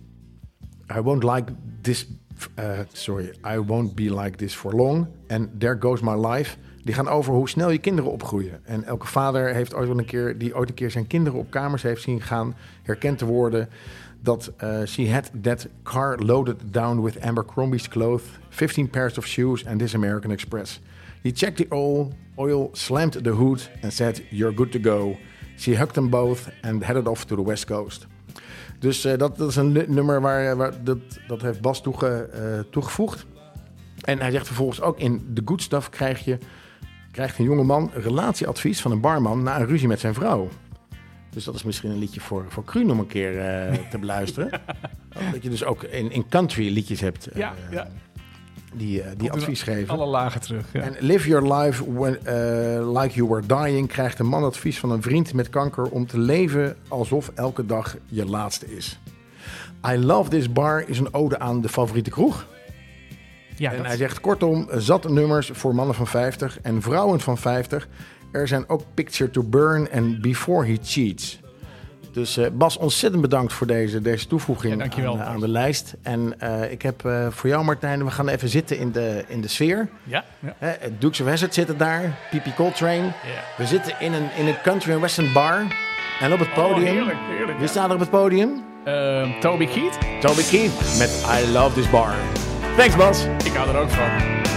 I won't like this... Uh, sorry, I won't be like this for long. And there goes my life. Die gaan over hoe snel je kinderen opgroeien. En elke vader heeft ooit wel een keer, die ooit een keer zijn kinderen op kamers heeft zien gaan, herkend te worden dat uh, she had that car loaded down with Abercrombie's clothes, fifteen pairs of shoes and this American Express. He checked the oil, oil, slammed the hood and said, you're good to go. She hugged them both and headed off to the West Coast. Dus uh, dat, dat is een nummer waar, waar dat, dat heeft Bas toege, uh, toegevoegd. En hij zegt vervolgens ook, in The Good Stuff krijg je, krijgt een jongeman relatieadvies van een barman na een ruzie met zijn vrouw. Dus dat is misschien een liedje voor, voor Kruun om een keer uh, te beluisteren. Dat je dus ook in, in country liedjes hebt uh, ja, ja. die, uh, die advies geven. Alle lagen terug. Ja. En Live Your Life when, uh, Like You Were Dying krijgt een man advies van een vriend met kanker om te leven alsof elke dag je laatste is. I Love This Bar is een ode aan de favoriete kroeg. Ja, en dat... hij zegt kortom, zat nummers voor mannen van vijftig en vrouwen van vijftig. Er zijn ook Picture to Burn en Before He Cheats. Dus uh, Bas, ontzettend bedankt voor deze, deze toevoeging ja, aan, aan de lijst. En uh, ik heb uh, voor jou, Martijn, we gaan even zitten in de, in de sfeer. Ja, ja. Uh, Dukes of Hazzard zitten daar, P P Coltrane. Ja. We zitten in een, in een country and western bar. En op het podium, oh, heerlijk, heerlijk, wie ja. staat er op het podium? Uh, Toby Keith. Toby Keith met I Love This Bar. Thanks, Bas. Ik hou er ook van.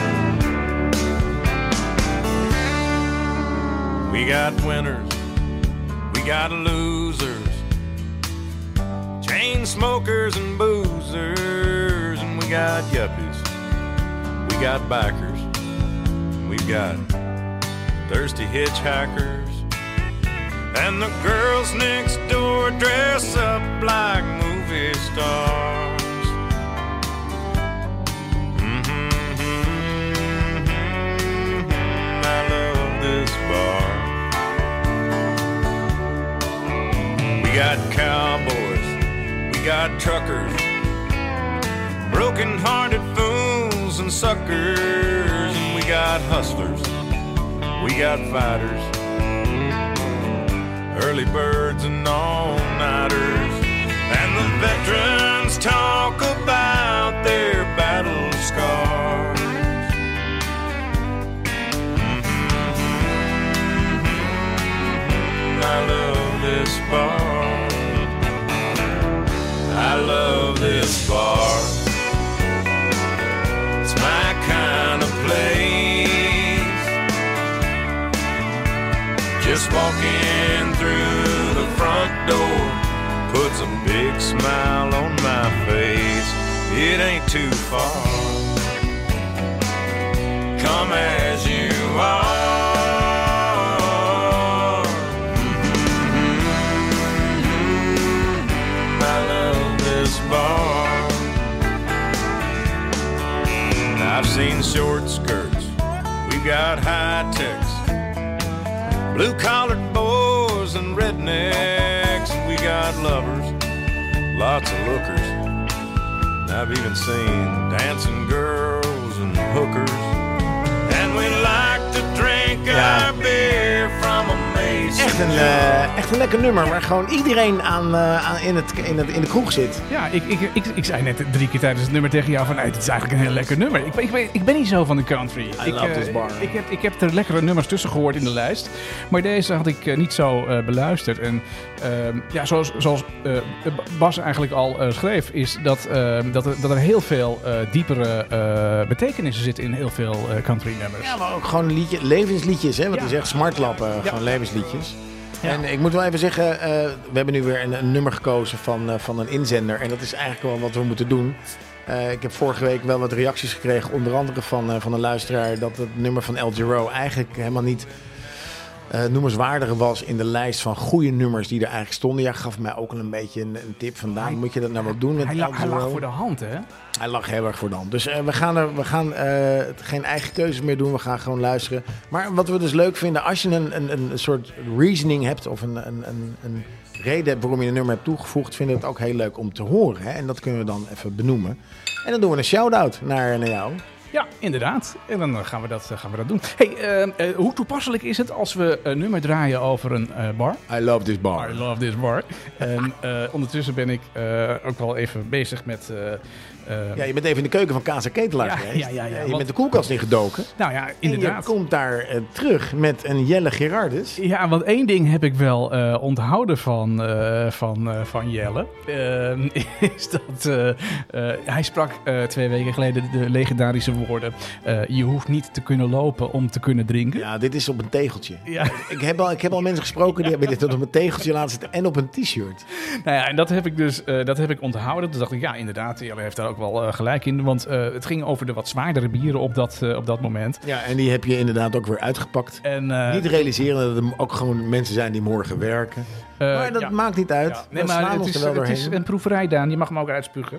We got winners, we got losers, chain smokers and boozers, and we got yuppies, we got bikers, we've got thirsty hitchhikers, and the girls next door dress up like movie stars. Mm-hmm, mm-hmm, I love this bar. We got cowboys, we got truckers, broken-hearted fools and suckers, and we got hustlers, we got fighters, early birds and all-nighters, and the veterans talk about their battle scars. Mm-hmm, mm-hmm, I love this bar. It's my kind of place. Just walking through the front door puts a big smile on my face. It ain't too far. Come as you are. Mm-hmm. I love this bar. I've seen short skirts, we've got high techs, blue-collared boys and rednecks. We got lovers, lots of lookers. I've even seen dancing girls and hookers. And we like to drink Ja. our beer from a mason. Echt een, uh, echt een lekker nummer waar gewoon iedereen aan, uh, aan in, het, in, het, in de kroeg zit. Ja, ik, ik, ik, ik zei net drie keer tijdens het nummer tegen jou van... Nee, het is eigenlijk een heel lekker nummer. Ik, ik, ben, ik ben niet zo van de country. I ik, love uh, this bar. Ik heb, ik heb er lekkere nummers tussen gehoord in de lijst. Maar deze had ik uh, niet zo uh, beluisterd. En uh, ja, zoals, zoals uh, Bas eigenlijk al uh, schreef... is dat, uh, dat, er, dat er heel veel uh, diepere uh, betekenissen zitten in heel veel uh, country nummers. Ja, maar ook gewoon een liedje, levensliedjes, hè? Wat Ja. hij zegt, smartlappen, Ja. gewoon levensliedjes. Ja. En ik moet wel even zeggen, uh, we hebben nu weer een, een nummer gekozen van, uh, van een inzender. En dat is eigenlijk wel wat we moeten doen. Uh, ik heb vorige week wel wat reacties gekregen, onder andere van, uh, van een luisteraar... dat het nummer van El Giro eigenlijk helemaal niet uh, noemenswaardiger was... in de lijst van goede nummers die er eigenlijk stonden. Ja, gaf mij ook al een beetje een, een tip vandaan. Hij- Moet je dat nou wel doen met Hij, El la, hij Giro? lag voor de hand, hè? Hij lag heel erg voor de hand. Dus uh, we gaan, er, we gaan uh, geen eigen keuzes meer doen. We gaan gewoon luisteren. Maar wat we dus leuk vinden, als je een, een, een soort reasoning hebt... of een, een, een, een reden hebt waarom je een nummer hebt toegevoegd... vinden we het ook heel leuk om te horen. Hè? En dat kunnen we dan even benoemen. En dan doen we een shout-out naar, naar jou. Ja, inderdaad. En dan uh, gaan we dat, uh, gaan we dat doen. Hey, uh, uh, hoe toepasselijk is het als we een nummer draaien over een uh, bar? I love this bar. I love this bar. En uh, ondertussen ben ik uh, ook wel even bezig met... Uh, uh, Ja, je bent even in de keuken van Kaas en Ketelaar Ja, geweest. ja, ja, ja, je want- bent de koelkast ingedoken. nou ja, En inderdaad. je komt daar uh, terug met een Jelle Gerardus. Ja, want één ding heb ik wel uh, onthouden van, uh, van, uh, van Jelle. Uh, is dat uh, uh, hij sprak uh, twee weken geleden de legendarische woorden... Uh, je hoeft niet te kunnen lopen om te kunnen drinken. Ja, dit is op een tegeltje. Ja. Ik heb al, ik heb al mensen gesproken die hebben dit op een tegeltje laten zitten en op een t-shirt. Nou ja, en dat heb ik dus uh, dat heb ik onthouden. Toen dacht ik, ja, inderdaad, Jelle heeft daar ook wel uh, gelijk in. Want uh, het ging over de wat zwaardere bieren op dat, uh, op dat moment. Ja, en die heb je inderdaad ook weer uitgepakt. En, uh, Niet realiseren dat er ook gewoon mensen zijn die morgen werken. uh, maar dat ja. maakt niet uit. Ja. Nee, We maar slaan het ons is, er wel het is doorheen. een proeverij, Daan. Je mag hem ook uitspugen.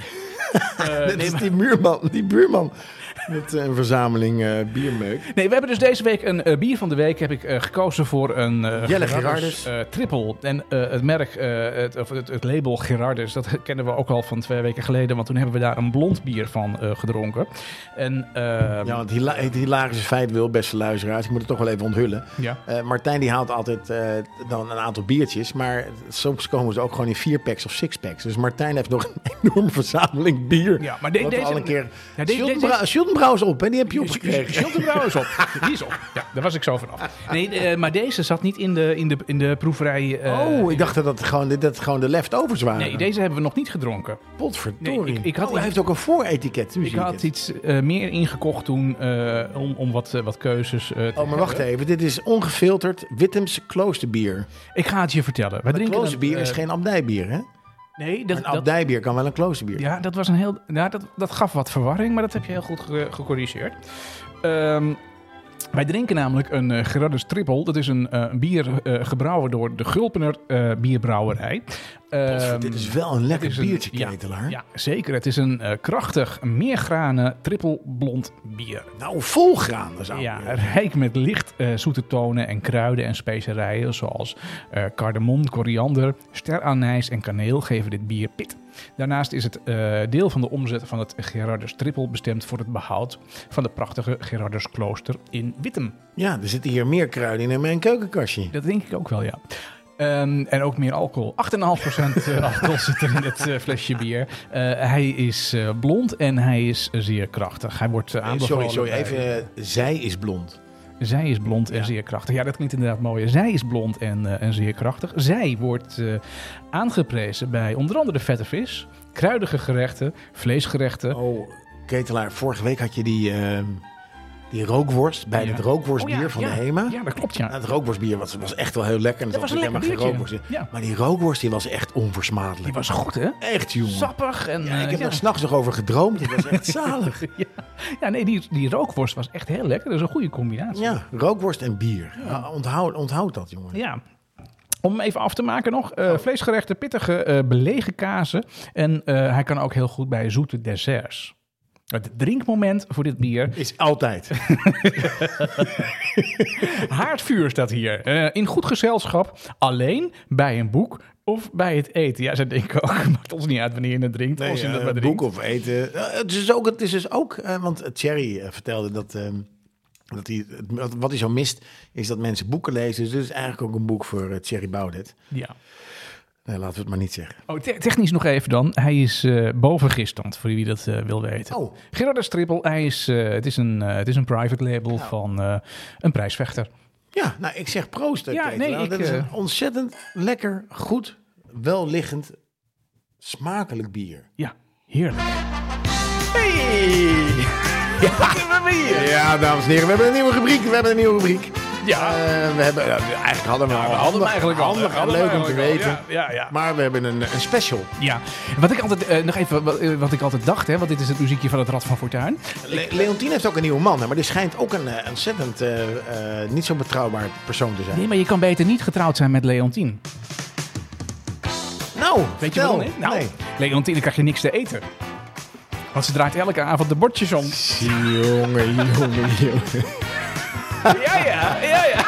uh, Dit nee, is maar- die buurman, die buurman met uh, een verzameling uh, biermeuk. Nee, we hebben dus deze week een uh, bier van de week. Heb ik uh, gekozen voor een uh, Jelle Gerardus uh, triple. En uh, het merk, uh, het, of het, het label Gerardus, dat kennen we ook al van twee weken geleden. Want toen hebben we daar een blond bier van uh, gedronken. En, uh, Ja, want hila- het hilarische feit wil, beste luisteraars, ik moet het toch wel even onthullen. ja. Uh, Martijn die haalt altijd uh, dan een aantal biertjes, maar soms komen ze ook gewoon in vierpacks of sixpacks. Dus Martijn heeft nog een enorme verzameling bier. Ja, maar de- wat we deze- al een keer... Ja, de- Schultenbrouw- deze- Schultenbrouw is op, hè? Die heb je opgekregen. Schultenbrouw is op. Die is op. Ja, daar was ik zo vanaf. Nee, uh, maar deze zat niet in de, in de, in de proeverij. uh, Oh, ik dacht dat het gewoon, dat het gewoon de leftovers waren. Nee, deze hebben we nog niet gedronken. Potverdorie. Nee, ik- ik had oh, hij iets- heeft ook een vooretiket. Ik had iets uh, meer ingekocht toen uh, om, om wat, uh, wat keuzes uh, te Oh, maar wacht hebben. even. Dit is ongefilterd Wittems kloosterbier. Ik ga het je vertellen. Wij Maar drinken kloosterbier dat, is uh, geen abdijbier, hè? Nee, dat, Een dat, abdijbier kan wel een kloosterbier. ja, dat was een heel. Ja, dat, dat gaf wat verwarring, maar dat heb je heel goed ge- gecorrigeerd. Um, wij drinken namelijk een uh, Gerardus Triple. Dat is een uh, bier uh, gebrouwen door de Gulpener uh, Bierbrouwerij. Potver, Um, dit is wel een lekker het is een- biertje, ja, Ketelaar. Ja, zeker. Het is een uh, krachtig, meergranen, triple blond bier. Nou, vol graan. zou ik Ja, zeggen. rijk met licht uh, zoete tonen en kruiden en specerijen zoals uh, cardamom, koriander, steranijs en kaneel geven dit bier pit. Daarnaast is het uh, deel van de omzet van het Gerardus Triple bestemd voor het behoud van de prachtige Gerardus Klooster in Wittem. Ja, er zitten hier meer kruiden in mijn keukenkastje. Dat denk ik ook wel, ja. Um, en ook meer alcohol. acht komma vijf procent alcohol zit er in het uh, flesje bier. Uh, hij is uh, blond en hij is uh, zeer krachtig. Hij wordt uh, Nee, aanbevolen. sorry, sorry. bij- Even, uh, zij is blond. Zij is blond en Ja. zeer krachtig. Ja, dat klinkt inderdaad mooi. Zij is blond en, uh, en zeer krachtig. Zij wordt uh, aangeprezen bij onder andere vette vis, kruidige gerechten, vleesgerechten. Oh, Ketelaar, vorige week had je die, uh, die rookworst bij Ja. het rookworstbier Oh ja, van ja. de HEMA. Ja, dat klopt, ja. Nou, het rookworstbier was, was echt wel heel lekker. En Dat was een natuurlijk lekker helemaal geen biertje. rookworst. Ja. Maar die rookworst die was echt onversmadelijk. Die was goed, hè? Echt, jongen. Sappig en... Ja, ik heb uh, er s'nachts nog over gedroomd. Het was echt zalig. ja. ja, nee, die, die rookworst was echt heel lekker. Dat is een goede combinatie. Ja, rookworst en bier. Ja. Onthoud, onthoud dat, jongen. Ja. Om hem even af te maken nog. Uh, vleesgerechten, pittige uh, belegen kazen. En uh, hij kan ook heel goed bij zoete desserts. Het drinkmoment voor dit bier. Is altijd. Haardvuur staat hier. Uh, in goed gezelschap. Alleen bij een boek of bij het eten. Ja, zij denken ook. Maakt ons niet uit wanneer je het drinkt. Nee, als je uh, dat maar boek drinkt. of eten. Uh, het is dus ook, het is dus ook uh, want Thierry uh, vertelde dat... Uh, Dat hij, wat hij zo mist, is dat mensen boeken lezen. Dus dit is eigenlijk ook een boek voor uh, Thierry Baudet. Ja. Nee, laten we het maar niet zeggen. Oh, te- technisch nog even dan. Hij is uh, bovengistand, voor wie dat uh, wil weten. Oh. Gerardus Trippel, hij is, uh, het, is een, uh, het is een private label Nou. van uh, een prijsvechter. Ja, nou, ik zeg proost. Ja, Ja, nee, ik, dat is uh, een ontzettend lekker, goed, welliggend, smakelijk bier. Ja, heerlijk. Hey! Ja, ja, dames en heren, we hebben een nieuwe rubriek. We hebben een nieuwe rubriek. Ja. Uh, we hebben, uh, eigenlijk hadden we, Ja, al we hadden hem eigenlijk al. handig We en hadden leuk hem om te eigenlijk al. weten. Ja, ja, ja. Maar we hebben een, een special. Ja, wat ik altijd, uh, nog even, wat, uh, wat ik altijd dacht, hè, want dit is het muziekje van het Rad van Fortuin. Le- Leontien heeft ook een nieuwe man, hè, maar die schijnt ook een uh, ontzettend uh, uh, niet zo betrouwbaar persoon te zijn. Nee, maar je kan beter niet getrouwd zijn met Leontien. Nou, Weet vertel. je waarom? hè? Nou, Nee. Leontien, dan krijg je niks te eten. Want ze draait elke avond de bordjes om. Jongen, jongen, jongen. Ja, ja, ja, ja.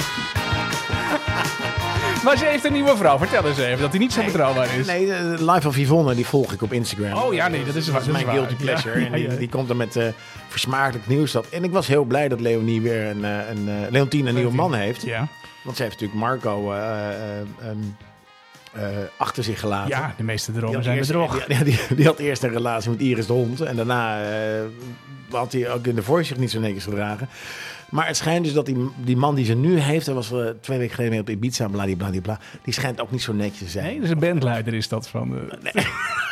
Maar ze heeft een nieuwe vrouw. Vertel eens even dat die niet zo betrouwbaar is. Nee, de Life of Yvonne, die volg ik op Instagram. Oh ja, nee, dat is waar. Dat is mijn waar. guilty pleasure. Ja, En die, ja. die komt dan met uh, versmakelijk nieuws. Dat. En ik was heel blij dat Leonie weer een, uh, een uh, Leontien een nieuwe man heeft. Ja. Want ze heeft natuurlijk Marco uh, uh, um, uh, achter zich gelaten. ja, de meeste Die dromen had, zijn eerst, bedrog. die, die, die had eerst een relatie met Iris de hond. En daarna uh, had hij ook in de Voice zich niet zo netjes gedragen. Maar het schijnt dus dat die, die man die ze nu heeft... Hij was uh, twee weken geleden mee op Ibiza, bladibladibla. Die schijnt ook niet zo netjes te zijn. Nee, dus een bandleider is dat van... Uh... Nee.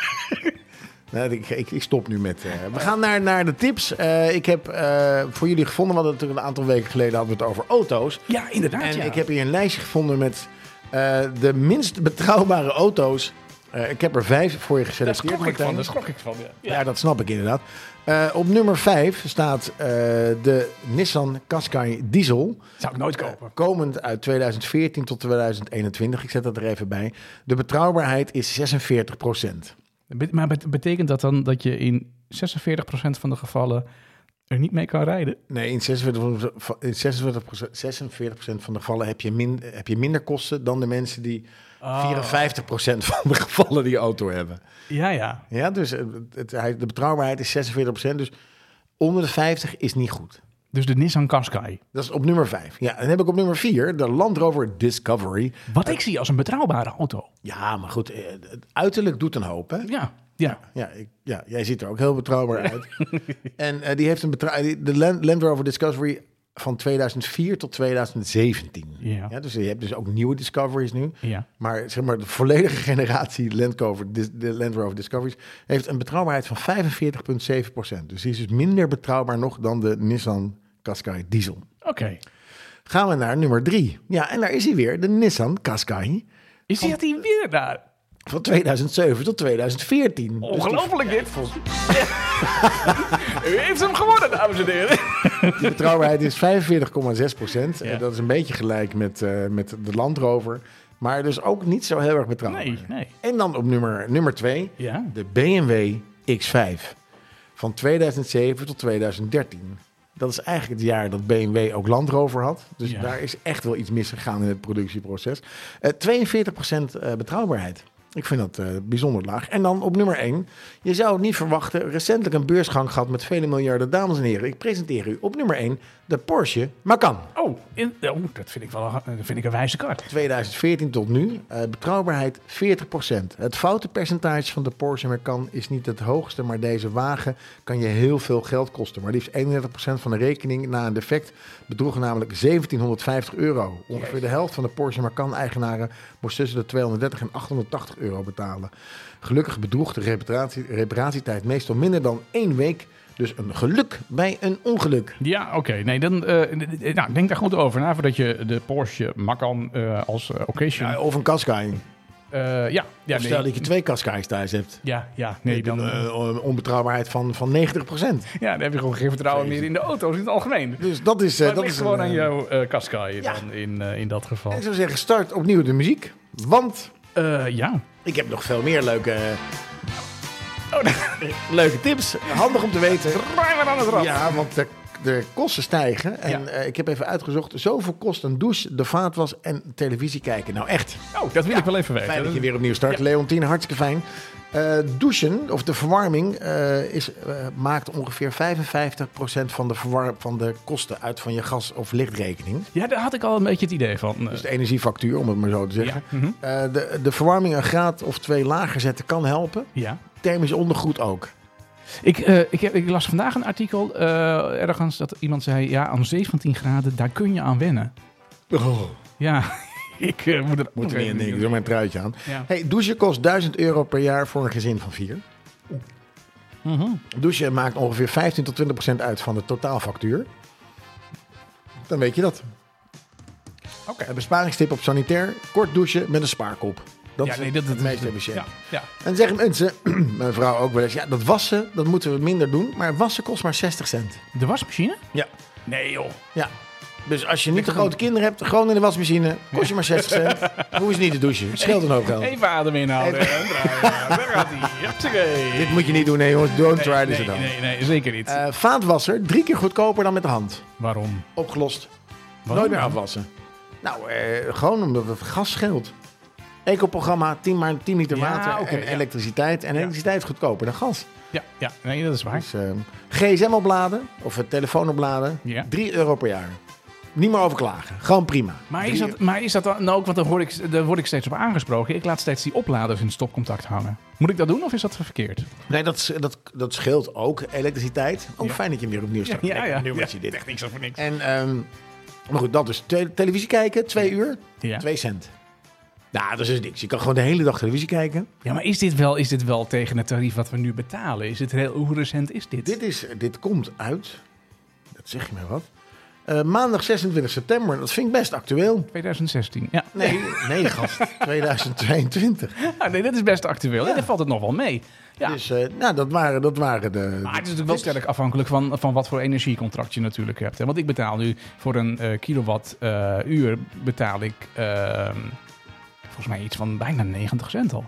Nou, ik, ik, ik stop nu met... Uh, we gaan naar, naar de tips. Uh, ik heb uh, voor jullie gevonden... We hadden natuurlijk een aantal weken geleden hadden we het over auto's. Ja, inderdaad, En ja. ik heb hier een lijstje gevonden met uh, de minst betrouwbare auto's. Uh, ik heb er vijf voor je Daar geselecteerd. schrok ik Martijn. van, daar schrok ik van, ja. Ja, dat snap ik inderdaad. Uh, op nummer vijf staat uh, de Nissan Qashqai Diesel. Zou ik nooit kopen. Uh, komend uit tweeduizend veertien tot tweeduizend eenentwintig. Ik zet dat er even bij. De betrouwbaarheid is zesenveertig procent. Be- Maar bet- betekent dat dan dat je in zesenveertig procent van de gevallen er niet mee kan rijden? Nee, in zesenveertig procent, zesenveertig procent van de gevallen heb je, min, heb je minder kosten dan de mensen die Oh. vierenvijftig procent van de gevallen die auto hebben. Ja, ja. Ja, dus het, het, hij- de betrouwbaarheid is zesenveertig procent. Dus onder de vijftig is niet goed. Dus de Nissan Qashqai. Dat is op nummer vijf. Ja, en dan heb ik op nummer vier de Land Rover Discovery. Wat ik zie als een betrouwbare auto. Ja, maar goed, eh, het uiterlijk doet een hoop, hè? Ja, ja. Ja, ik, ja, jij ziet er ook heel betrouwbaar uit. En uh, die heeft een betrou- die- de Land, Land Rover Discovery van tweeduizend vier tot tweeduizend zeventien. Ja. Ja, dus je hebt dus ook nieuwe Discoveries nu. Ja. Maar zeg maar de volledige generatie Land Rover, Dis- de Land Rover Discoveries heeft een betrouwbaarheid van vijfenveertig komma zeven procent. Dus die is dus minder betrouwbaar nog dan de Nissan Qashqai Diesel. Oké. Gaan we naar nummer drie. Ja, en daar is hij weer, de Nissan Qashqai Is hij die weer daar? van tweeduizend zeven tot tweeduizend veertien. Ongelooflijk dit. U heeft hem gewonnen, dames en heren. De betrouwbaarheid is vijfenveertig komma zes procent. Ja. Dat is een beetje gelijk met, uh, met de Land Rover. Maar dus ook niet zo heel erg betrouwbaar. Nee, nee. En dan op nummer, nummer twee, Ja. de B M W X vijf. Van tweeduizend zeven tot tweeduizend dertien. Dat is eigenlijk het jaar dat B M W ook Land Rover had. Dus Ja. daar is echt wel iets misgegaan in het productieproces. Uh, tweeënveertig procent uh, betrouwbaarheid. Ik vind dat uh, bijzonder laag. En dan op nummer één. Je zou het niet verwachten. Recentelijk een beursgang gehad met vele miljarden. Dames en heren, ik presenteer u op nummer één de Porsche Macan. Oh, in, oh dat vind ik wel dat vind ik een wijze kaart. tweeduizend veertien tot nu. Uh, betrouwbaarheid veertig procent. Het foutenpercentage van de Porsche Macan is niet het hoogste. Maar deze wagen kan je heel veel geld kosten. Maar liefst eenendertig procent van de rekening na een defect bedroeg namelijk zeventienhonderdvijftig euro. Ongeveer de helft van de Porsche Macan-eigenaren moest tussen de tweehonderddertig en achthonderdtachtig euro betalen. Gelukkig bedroeg de reparatie, reparatietijd meestal minder dan één week. Dus een geluk bij een ongeluk. Ja, oké. Okay. Nee, dan uh, nou, denk daar goed over na voordat je de Porsche Macan uh, als uh, occasion... Ja, of een Qashqai. Uh, ja, ja, of stel nee. dat je twee Qashqai's thuis hebt. Ja, ja, nee, dan... Uh, onbetrouwbaarheid van, van negentig procent. Ja, dan heb je gewoon geen vertrouwen meer in de auto's in het algemeen. Dus dat is... Uh, dat, dat ligt is gewoon een, aan jouw uh, Qashqai ja. dan in, uh, in dat geval. Ik zou zeggen, start opnieuw de muziek. Want... Uh, ja. Ik heb nog veel meer leuke... Oh, nee. Leuke tips. Handig om te weten. Draai maar aan het rad. Ja, want de, de kosten stijgen. En ja. uh, ik heb even uitgezocht. Zoveel kost een douche, de vaatwas en televisie kijken. Nou echt. Oh, dat wil ja. ik wel even weten. Fijn dat je weer opnieuw start. Ja. Leontien, hartstikke fijn. Uh, douchen, of de verwarming, uh, is, uh, maakt ongeveer vijfenvijftig procent van de, verwar- van de kosten uit van je gas- of lichtrekening. Ja, daar had ik al een beetje het idee van. Dus de energiefactuur, om het maar zo te zeggen. Ja. Mm-hmm. Uh, de, de verwarming een graad of twee lager zetten kan helpen. Ja. Thermisch ondergoed ook. Ik, uh, ik, heb, ik las vandaag een artikel uh, ergens dat iemand zei... ja, aan zeventien graden, daar kun je aan wennen. Oh. Ja, ik uh, moet er moet er niet in denken. Doe mijn truitje aan. Ja. Hey, douchen kost duizend euro per jaar voor een gezin van vier. Mm-hmm. Douchen maakt ongeveer vijftien tot twintig procent uit van de totaalfactuur. Dan weet je dat. Oké. Okay. Een besparingstip op sanitair. Kort douchen met een spaarkop. Dat ja, is nee, het, dat, dat, het meest dat, efficiënt. Ja, ja. En zeggen mensen, mijn vrouw ook wel eens, ja, dat wassen, dat moeten we minder doen. Maar wassen kost maar zestig cent. De wasmachine? Ja. Nee joh. Ja. Dus als je niet te grote kinderen hebt, gewoon in de wasmachine, kost je maar zestig cent. Hoe is niet te douchen? Scheelt dan ook wel. Even adem inhouden. Even... en draaien. Daar gaat hij. Dit moet je niet doen, nee jongens. Don't try nee, this nee, at home. nee, nee, zeker niet. Uh, vaatwasser, drie keer goedkoper dan met de hand. Waarom? Opgelost. Waarom? Nooit meer afwassen. Nou, uh, gewoon omdat het gas scheelt. Eco-programma, tien, maar tien liter ja, water okay, en ja. elektriciteit. En ja. elektriciteit is goedkoper dan gas. Ja, ja, nee, dat is waar. Dus, uh, G S M-opladen of het telefoonopladen, ja. drie euro per jaar. Niet meer over klagen. Gewoon prima. Maar is, dat, maar is dat dan nou ook, want daar word, ik, daar word ik steeds op aangesproken. Ik laat steeds die opladers in stopcontact hangen. Moet ik dat doen of is dat verkeerd? Nee, dat, dat, dat scheelt ook elektriciteit. Oh, ja. fijn dat je hem weer opnieuw start. Ja, ja, ja. Nu ja. je dit. Echt niks over niks. En, um, maar goed, dat dus. Te- televisie kijken, twee uur, ja. twee cent. Nou, dat is dus niks. Je kan gewoon de hele dag televisie kijken. Ja, maar is dit wel, is dit wel tegen het tarief wat we nu betalen? Is het heel, hoe recent is dit? Dit, is, dit komt uit, dat zeg je mij wat, uh, maandag zesentwintig september. Dat vind ik best actueel. twintig zestien, ja. Nee, nee gast, tweeduizend tweeëntwintig. Ah, nee, dat is best actueel. Ja. En dan valt het nog wel mee. Ja. Dus uh, nou, dat, waren, dat waren de... Maar het is natuurlijk wel tips. sterk afhankelijk van, van wat voor energiecontract je natuurlijk hebt. Hè? Want ik betaal nu voor een uh, kilowattuur uh, betaal ik uh, volgens mij iets van bijna negentig cent al.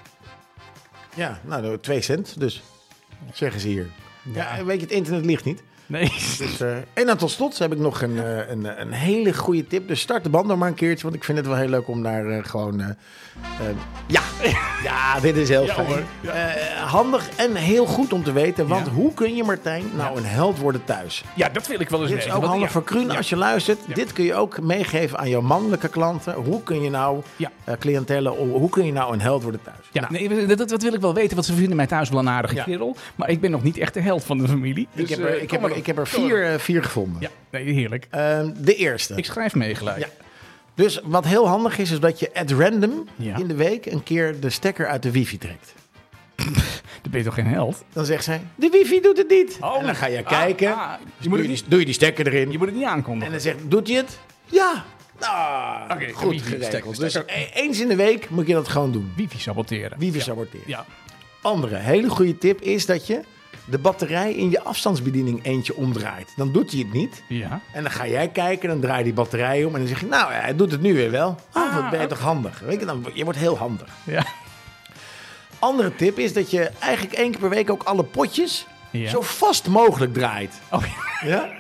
Ja, nou, twee cent dus, zeggen ze hier. Ja, Ja. weet je, het internet ligt niet. Nee. Dus, uh, en dan tot slot heb ik nog een, uh, een, een hele goede tip. Dus start de band nog maar een keertje, want ik vind het wel heel leuk om daar uh, gewoon... Uh, uh, ja. ja, dit is heel Ja, fijn. hoor. Ja. Uh, handig en heel goed om te weten, want Ja. hoe kun je, Martijn, nou Ja. een held worden thuis? Ja, dat wil ik wel eens Dit is weten. ook Want- handig ja. voor Kruun Ja. als je luistert. Ja. Dit kun je ook meegeven aan jouw mannelijke klanten. Hoe kun je nou, Ja. uh, cliëntelen, hoe kun je nou een held worden thuis? Ja, Nou, nee, dat, dat wil ik wel weten, want ze vinden mij thuis wel een aardige Ja. kerel. Maar ik ben nog niet echt de held van de familie. ik, Dus, heb er, uh, ik, kom heb maar er, op. ik heb er Kom maar vier, op. uh, vier gevonden. Ja, nee, heerlijk. Uh, de eerste. Ik schrijf mee gelijk. Ja. Dus wat heel handig is, is dat je at random Ja. in de week een keer de stekker uit de wifi trekt. Dan ben je toch geen held? Dan zegt zij, de wifi doet het niet. Oh. En dan ga je Ah, kijken. ah. Dus Je moet doe, het je die, doe je die stekker erin. Je moet het niet En aankondigen. dan zegt, doet hij het? Ja. Nou, Oké, goed wifi, geregeld. stekker, Dus stekker. e- eens in de week moet je dat gewoon doen. Wifi saboteren. Wifi Ja. saboteren. Ja. Andere hele goede tip is dat je de batterij in je afstandsbediening eentje omdraait. Dan doet hij het niet. Ja. En dan ga jij kijken, dan draai je die batterij om en dan zeg je, nou, hij doet het nu weer wel. Oh, Ah, wat ben je oké. toch handig. Weet je, dan, je wordt heel handig. Ja. Andere tip is dat je eigenlijk één keer per week ook alle potjes Ja. zo vast mogelijk draait. Oh, Ja?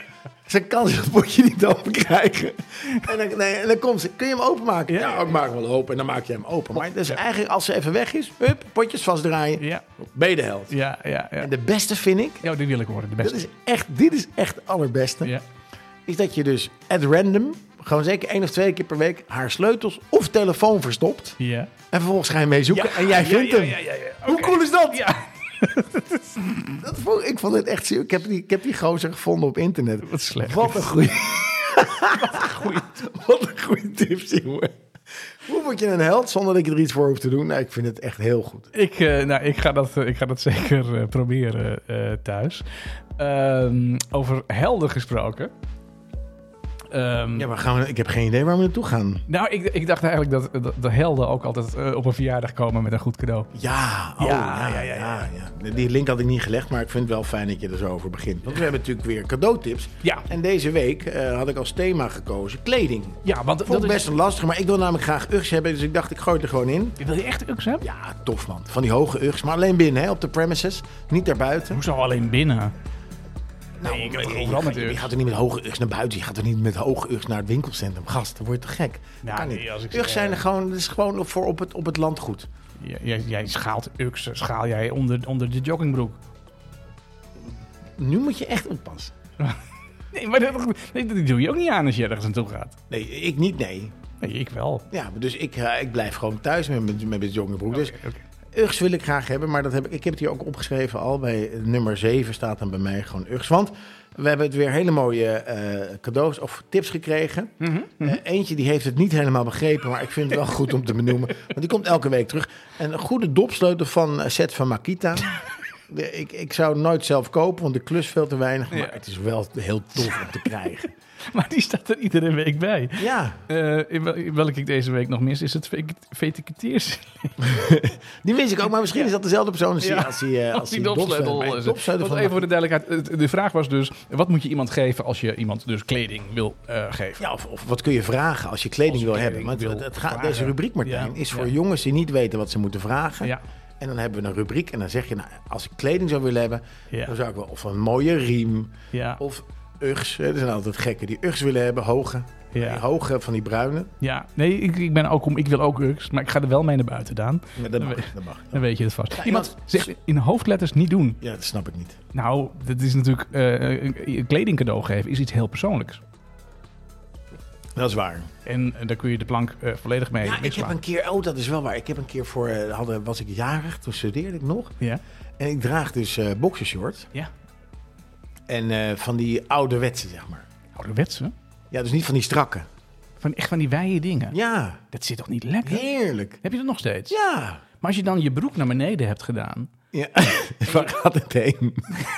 Ze kan het potje niet open krijgen. En dan, nee, en dan komt ze, kun je hem openmaken? Ja, ja, ik maak hem wel open en dan maak je hem open. Maar dus ja. eigenlijk als ze even weg is, hup, potjes vastdraaien, ja. ben je de held. Ja, ja, ja. En de beste vind ik... Ja, die wil ik worden, de beste. Dit is echt, dit is echt het allerbeste. Ja. Is dat je dus at random, gewoon zeker één of twee keer per week, haar sleutels of telefoon verstopt. Ja. En vervolgens ga je mee zoeken ja, en jij ja, vindt ja, hem. Ja, ja, ja, ja. Okay. Hoe cool is dat? Ja. dat vond, ik vond het echt... Ik heb, die, ik heb die gozer gevonden op internet. Wat slecht. Wat een goeie... Wat een goeie... Wat een goeie tips, jongen. Hoe word je een held zonder dat je er iets voor hoeft te doen? Nou, ik vind het echt heel goed. Ik, uh, nou, ik, ga, dat, uh, ik ga dat zeker uh, proberen uh, thuis. Um, over helden gesproken... Um, ja, maar gaan we, ik heb geen idee waar we naartoe gaan. Nou, ik, ik dacht eigenlijk dat, dat de helden ook altijd uh, op een verjaardag komen met een goed cadeau. Ja, oh, ja, ja, ja, ja, ja. Die link had ik niet gelegd, maar ik vind het wel fijn dat je er zo over begint. Want we hebben natuurlijk weer cadeautips. Ja. En deze week uh, had ik als thema gekozen kleding. Ja, want vond dat best is... een lastig, maar ik wil namelijk graag Uggs hebben, dus ik dacht ik gooi het er gewoon in. Wil je echt Uggs hebben? Ja, tof man. Van die hoge Uggs, maar alleen binnen, hè, op de premises, niet daarbuiten. Hoezo alleen binnen? Nou, nee, ik je, je, met je, je gaat er niet met hoge Uggs naar buiten. Je gaat er niet met hoge Uggs naar het winkelcentrum. Gast, dan word je toch gek? Ja, kan nee, niet. Als ik Uggs zijn er gewoon, dat is gewoon voor op het, op het landgoed. Ja, jij, jij schaalt Uggs, schaal jij onder, onder de joggingbroek. Nu moet je echt oppassen. nee, maar dat, nee, dat doe je ook niet aan als je ergens naartoe gaat. Nee, ik niet, nee. Nee, ik wel. Ja, dus ik, uh, ik blijf gewoon thuis met, met, met mijn joggingbroek. Okay, dus okay. Uggs wil ik graag hebben, maar dat heb ik, ik heb het hier ook opgeschreven al. Bij nummer zeven staat dan bij mij gewoon Uggs. Want we hebben het weer hele mooie uh, cadeaus of tips gekregen. Mm-hmm, mm-hmm. Uh, eentje die heeft het niet helemaal begrepen, maar ik vind het wel goed om te benoemen. Want die komt elke week terug. En een goede dopsleutel van uh, set van Makita. De, ik, ik zou het nooit zelf kopen, want de klus veel te weinig. Maar ja. Het is wel heel tof om te krijgen. Maar die staat er iedere week bij. Ja. Uh, welke ik deze week nog mis, is het vetiketeers. Die mis ik ook, maar misschien is dat dezelfde persoon als die, ja. als die, uh, als als die, die dopsleutel. dopsleutel even voor de duidelijkheid. De vraag was dus, wat moet je iemand geven als je iemand dus kleding wil uh, geven? Ja, of, of wat kun je vragen als je kleding als je wil kleding hebben? Want het gaat, deze rubriek, Martijn, ja. is voor ja. jongens die niet weten wat ze moeten vragen. Ja. En dan hebben we een rubriek en dan zeg je, nou, als ik kleding zou willen hebben, ja. dan zou ik wel of een mooie riem ja. of Uggs. Er zijn altijd gekken die Uggs willen hebben, hoge. Ja. Die hoge van die bruine. Ja, nee, ik, ik, ben ook om, ik wil ook Uggs, maar ik ga er wel mee naar buiten, Daan. Ja, dat, mag, dat mag. Dan weet je het vast. Ja, iemand zegt in hoofdletters niet doen. Ja, dat snap ik niet. Nou, dat is natuurlijk, uh, een kleding cadeau geven is iets heel persoonlijks. Dat is waar. En uh, daar kun je de plank uh, volledig mee Ja, ik heb een keer, oh dat is wel waar. Ik heb een keer voor, uh, hadden, was ik jarig, toen studeerde ik nog. Ja. En ik draag dus uh, boxershorts. Ja. En uh, van die ouderwetse, zeg maar. Ouderwetse? Ja, dus niet van die strakke. Van, echt van die wijde dingen? Ja. Dat zit toch niet lekker? Heerlijk. Heb je dat nog steeds? Ja. Maar als je dan je broek naar beneden hebt gedaan... Ja, waar gaat het heen?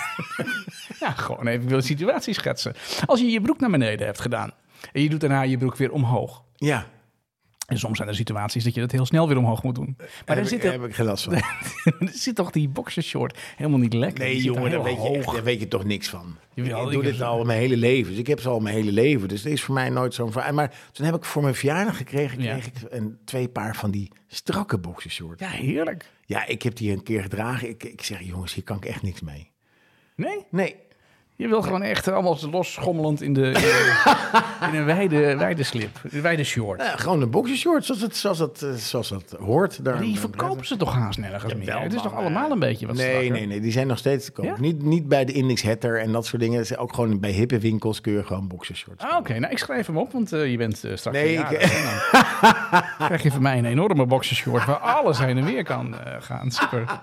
Ja, gewoon even, ik wil een situatie schetsen. Als je je broek naar beneden hebt gedaan... en je doet daarna je broek weer omhoog... Ja. En soms zijn er situaties dat je dat heel snel weer omhoog moet doen. Maar daar heb, zit er, heb ik geen last van. Er zit toch die boxershort helemaal niet lekker. Nee jongen, daar weet, je, daar weet je toch niks van. Jawel, ik doe dit al mijn hele leven. Dus ik heb ze al mijn hele leven. Dus dat is voor mij nooit zo'n vraag. Maar toen heb ik voor mijn verjaardag gekregen... kreeg ja. ik een, twee paar van die strakke boxershorts. Ja, heerlijk. Ja, ik heb die een keer gedragen. Ik, ik zeg, jongens, hier kan ik echt niks mee. Nee? Nee. Je wil gewoon echt allemaal los schommelend in, de, in, de, in een wijde, wijde slip, een wijde short. Ja, gewoon een boxershort, zoals het, zoals het, zoals het hoort. Daar, die verkopen ze toch haast nergens ja, meer? Wel, het is toch allemaal een beetje wat nee, strakker? Nee, nee, die zijn nog steeds te koop. Ja? Niet, niet bij de Index Hatter en dat soort dingen. Het is ook gewoon bij hippe winkels kun je gewoon boxershorts. Ah, Oké, okay. Nou ik schrijf hem op, want uh, je bent uh, straks nee, jaren, ik... Dan krijg je van mij een enorme boxershort waar alles heen en weer kan uh, gaan. Super.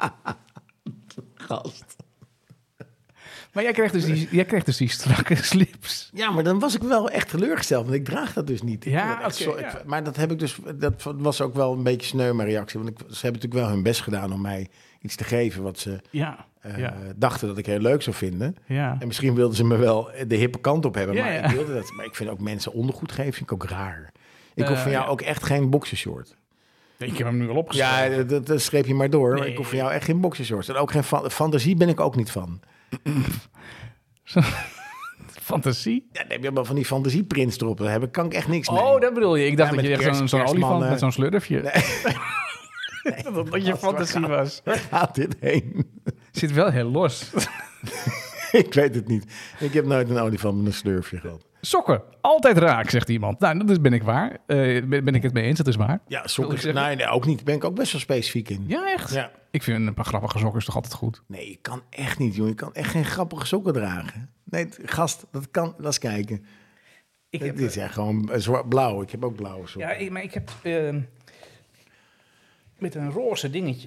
Gast. Maar jij krijgt, dus die, jij krijgt dus die strakke slips. Ja, maar dan was ik wel echt teleurgesteld, want ik draag dat dus niet. Ja, okay, zo, ja. Ik, maar dat heb ik dus, dat was ook wel een beetje sneu mijn reactie. Want ik, ze hebben natuurlijk wel hun best gedaan om mij iets te geven wat ze ja, uh, ja. dachten dat ik heel leuk zou vinden. Ja. En misschien wilden ze me wel de hippe kant op hebben, ja, maar ja. ik wilde dat. Maar ik vind ook mensen ondergoed geven, vind ik ook raar. Ik hoef uh, van jou ja. ook echt geen boxershort. Ik heb hem nu al opgeschreven. Ja, dat, dat streep je maar door. Nee. Ik hoef van jou echt geen boxershorts. En ook geen fa- fantasie ben ik ook niet van. Fantasie? Ja, dan heb je maar van die fantasieprints erop. Daar heb ik, kan ik echt niks mee. Oh, dat bedoel je. Ik dacht ja, dat je echt zo'n, zo'n olifant met zo'n slurfje. Nee. Nee, dat dat je fantasie gaat, was. Waar gaat dit heen? Zit wel heel los. Ik weet het niet. Ik heb nooit een olifant met een slurfje gehad. Sokken, altijd raak, zegt iemand. Nou, dat ben ik waar. Uh, ben, ben ik het mee eens, dat is waar. Ja, sokken, nee, nee, ook niet. Ben ik ook best wel specifiek in. Ja, echt? Ja. Ik vind een paar grappige sokken is toch altijd goed? Nee, je kan echt niet, jongen. Je kan echt geen grappige sokken dragen. Nee, gast, dat kan. Laat eens kijken. Ik heb, dit is echt gewoon zwart, blauw. Ik heb ook blauwe sokken. Ja, ik, maar ik heb uh, met een roze dingetje.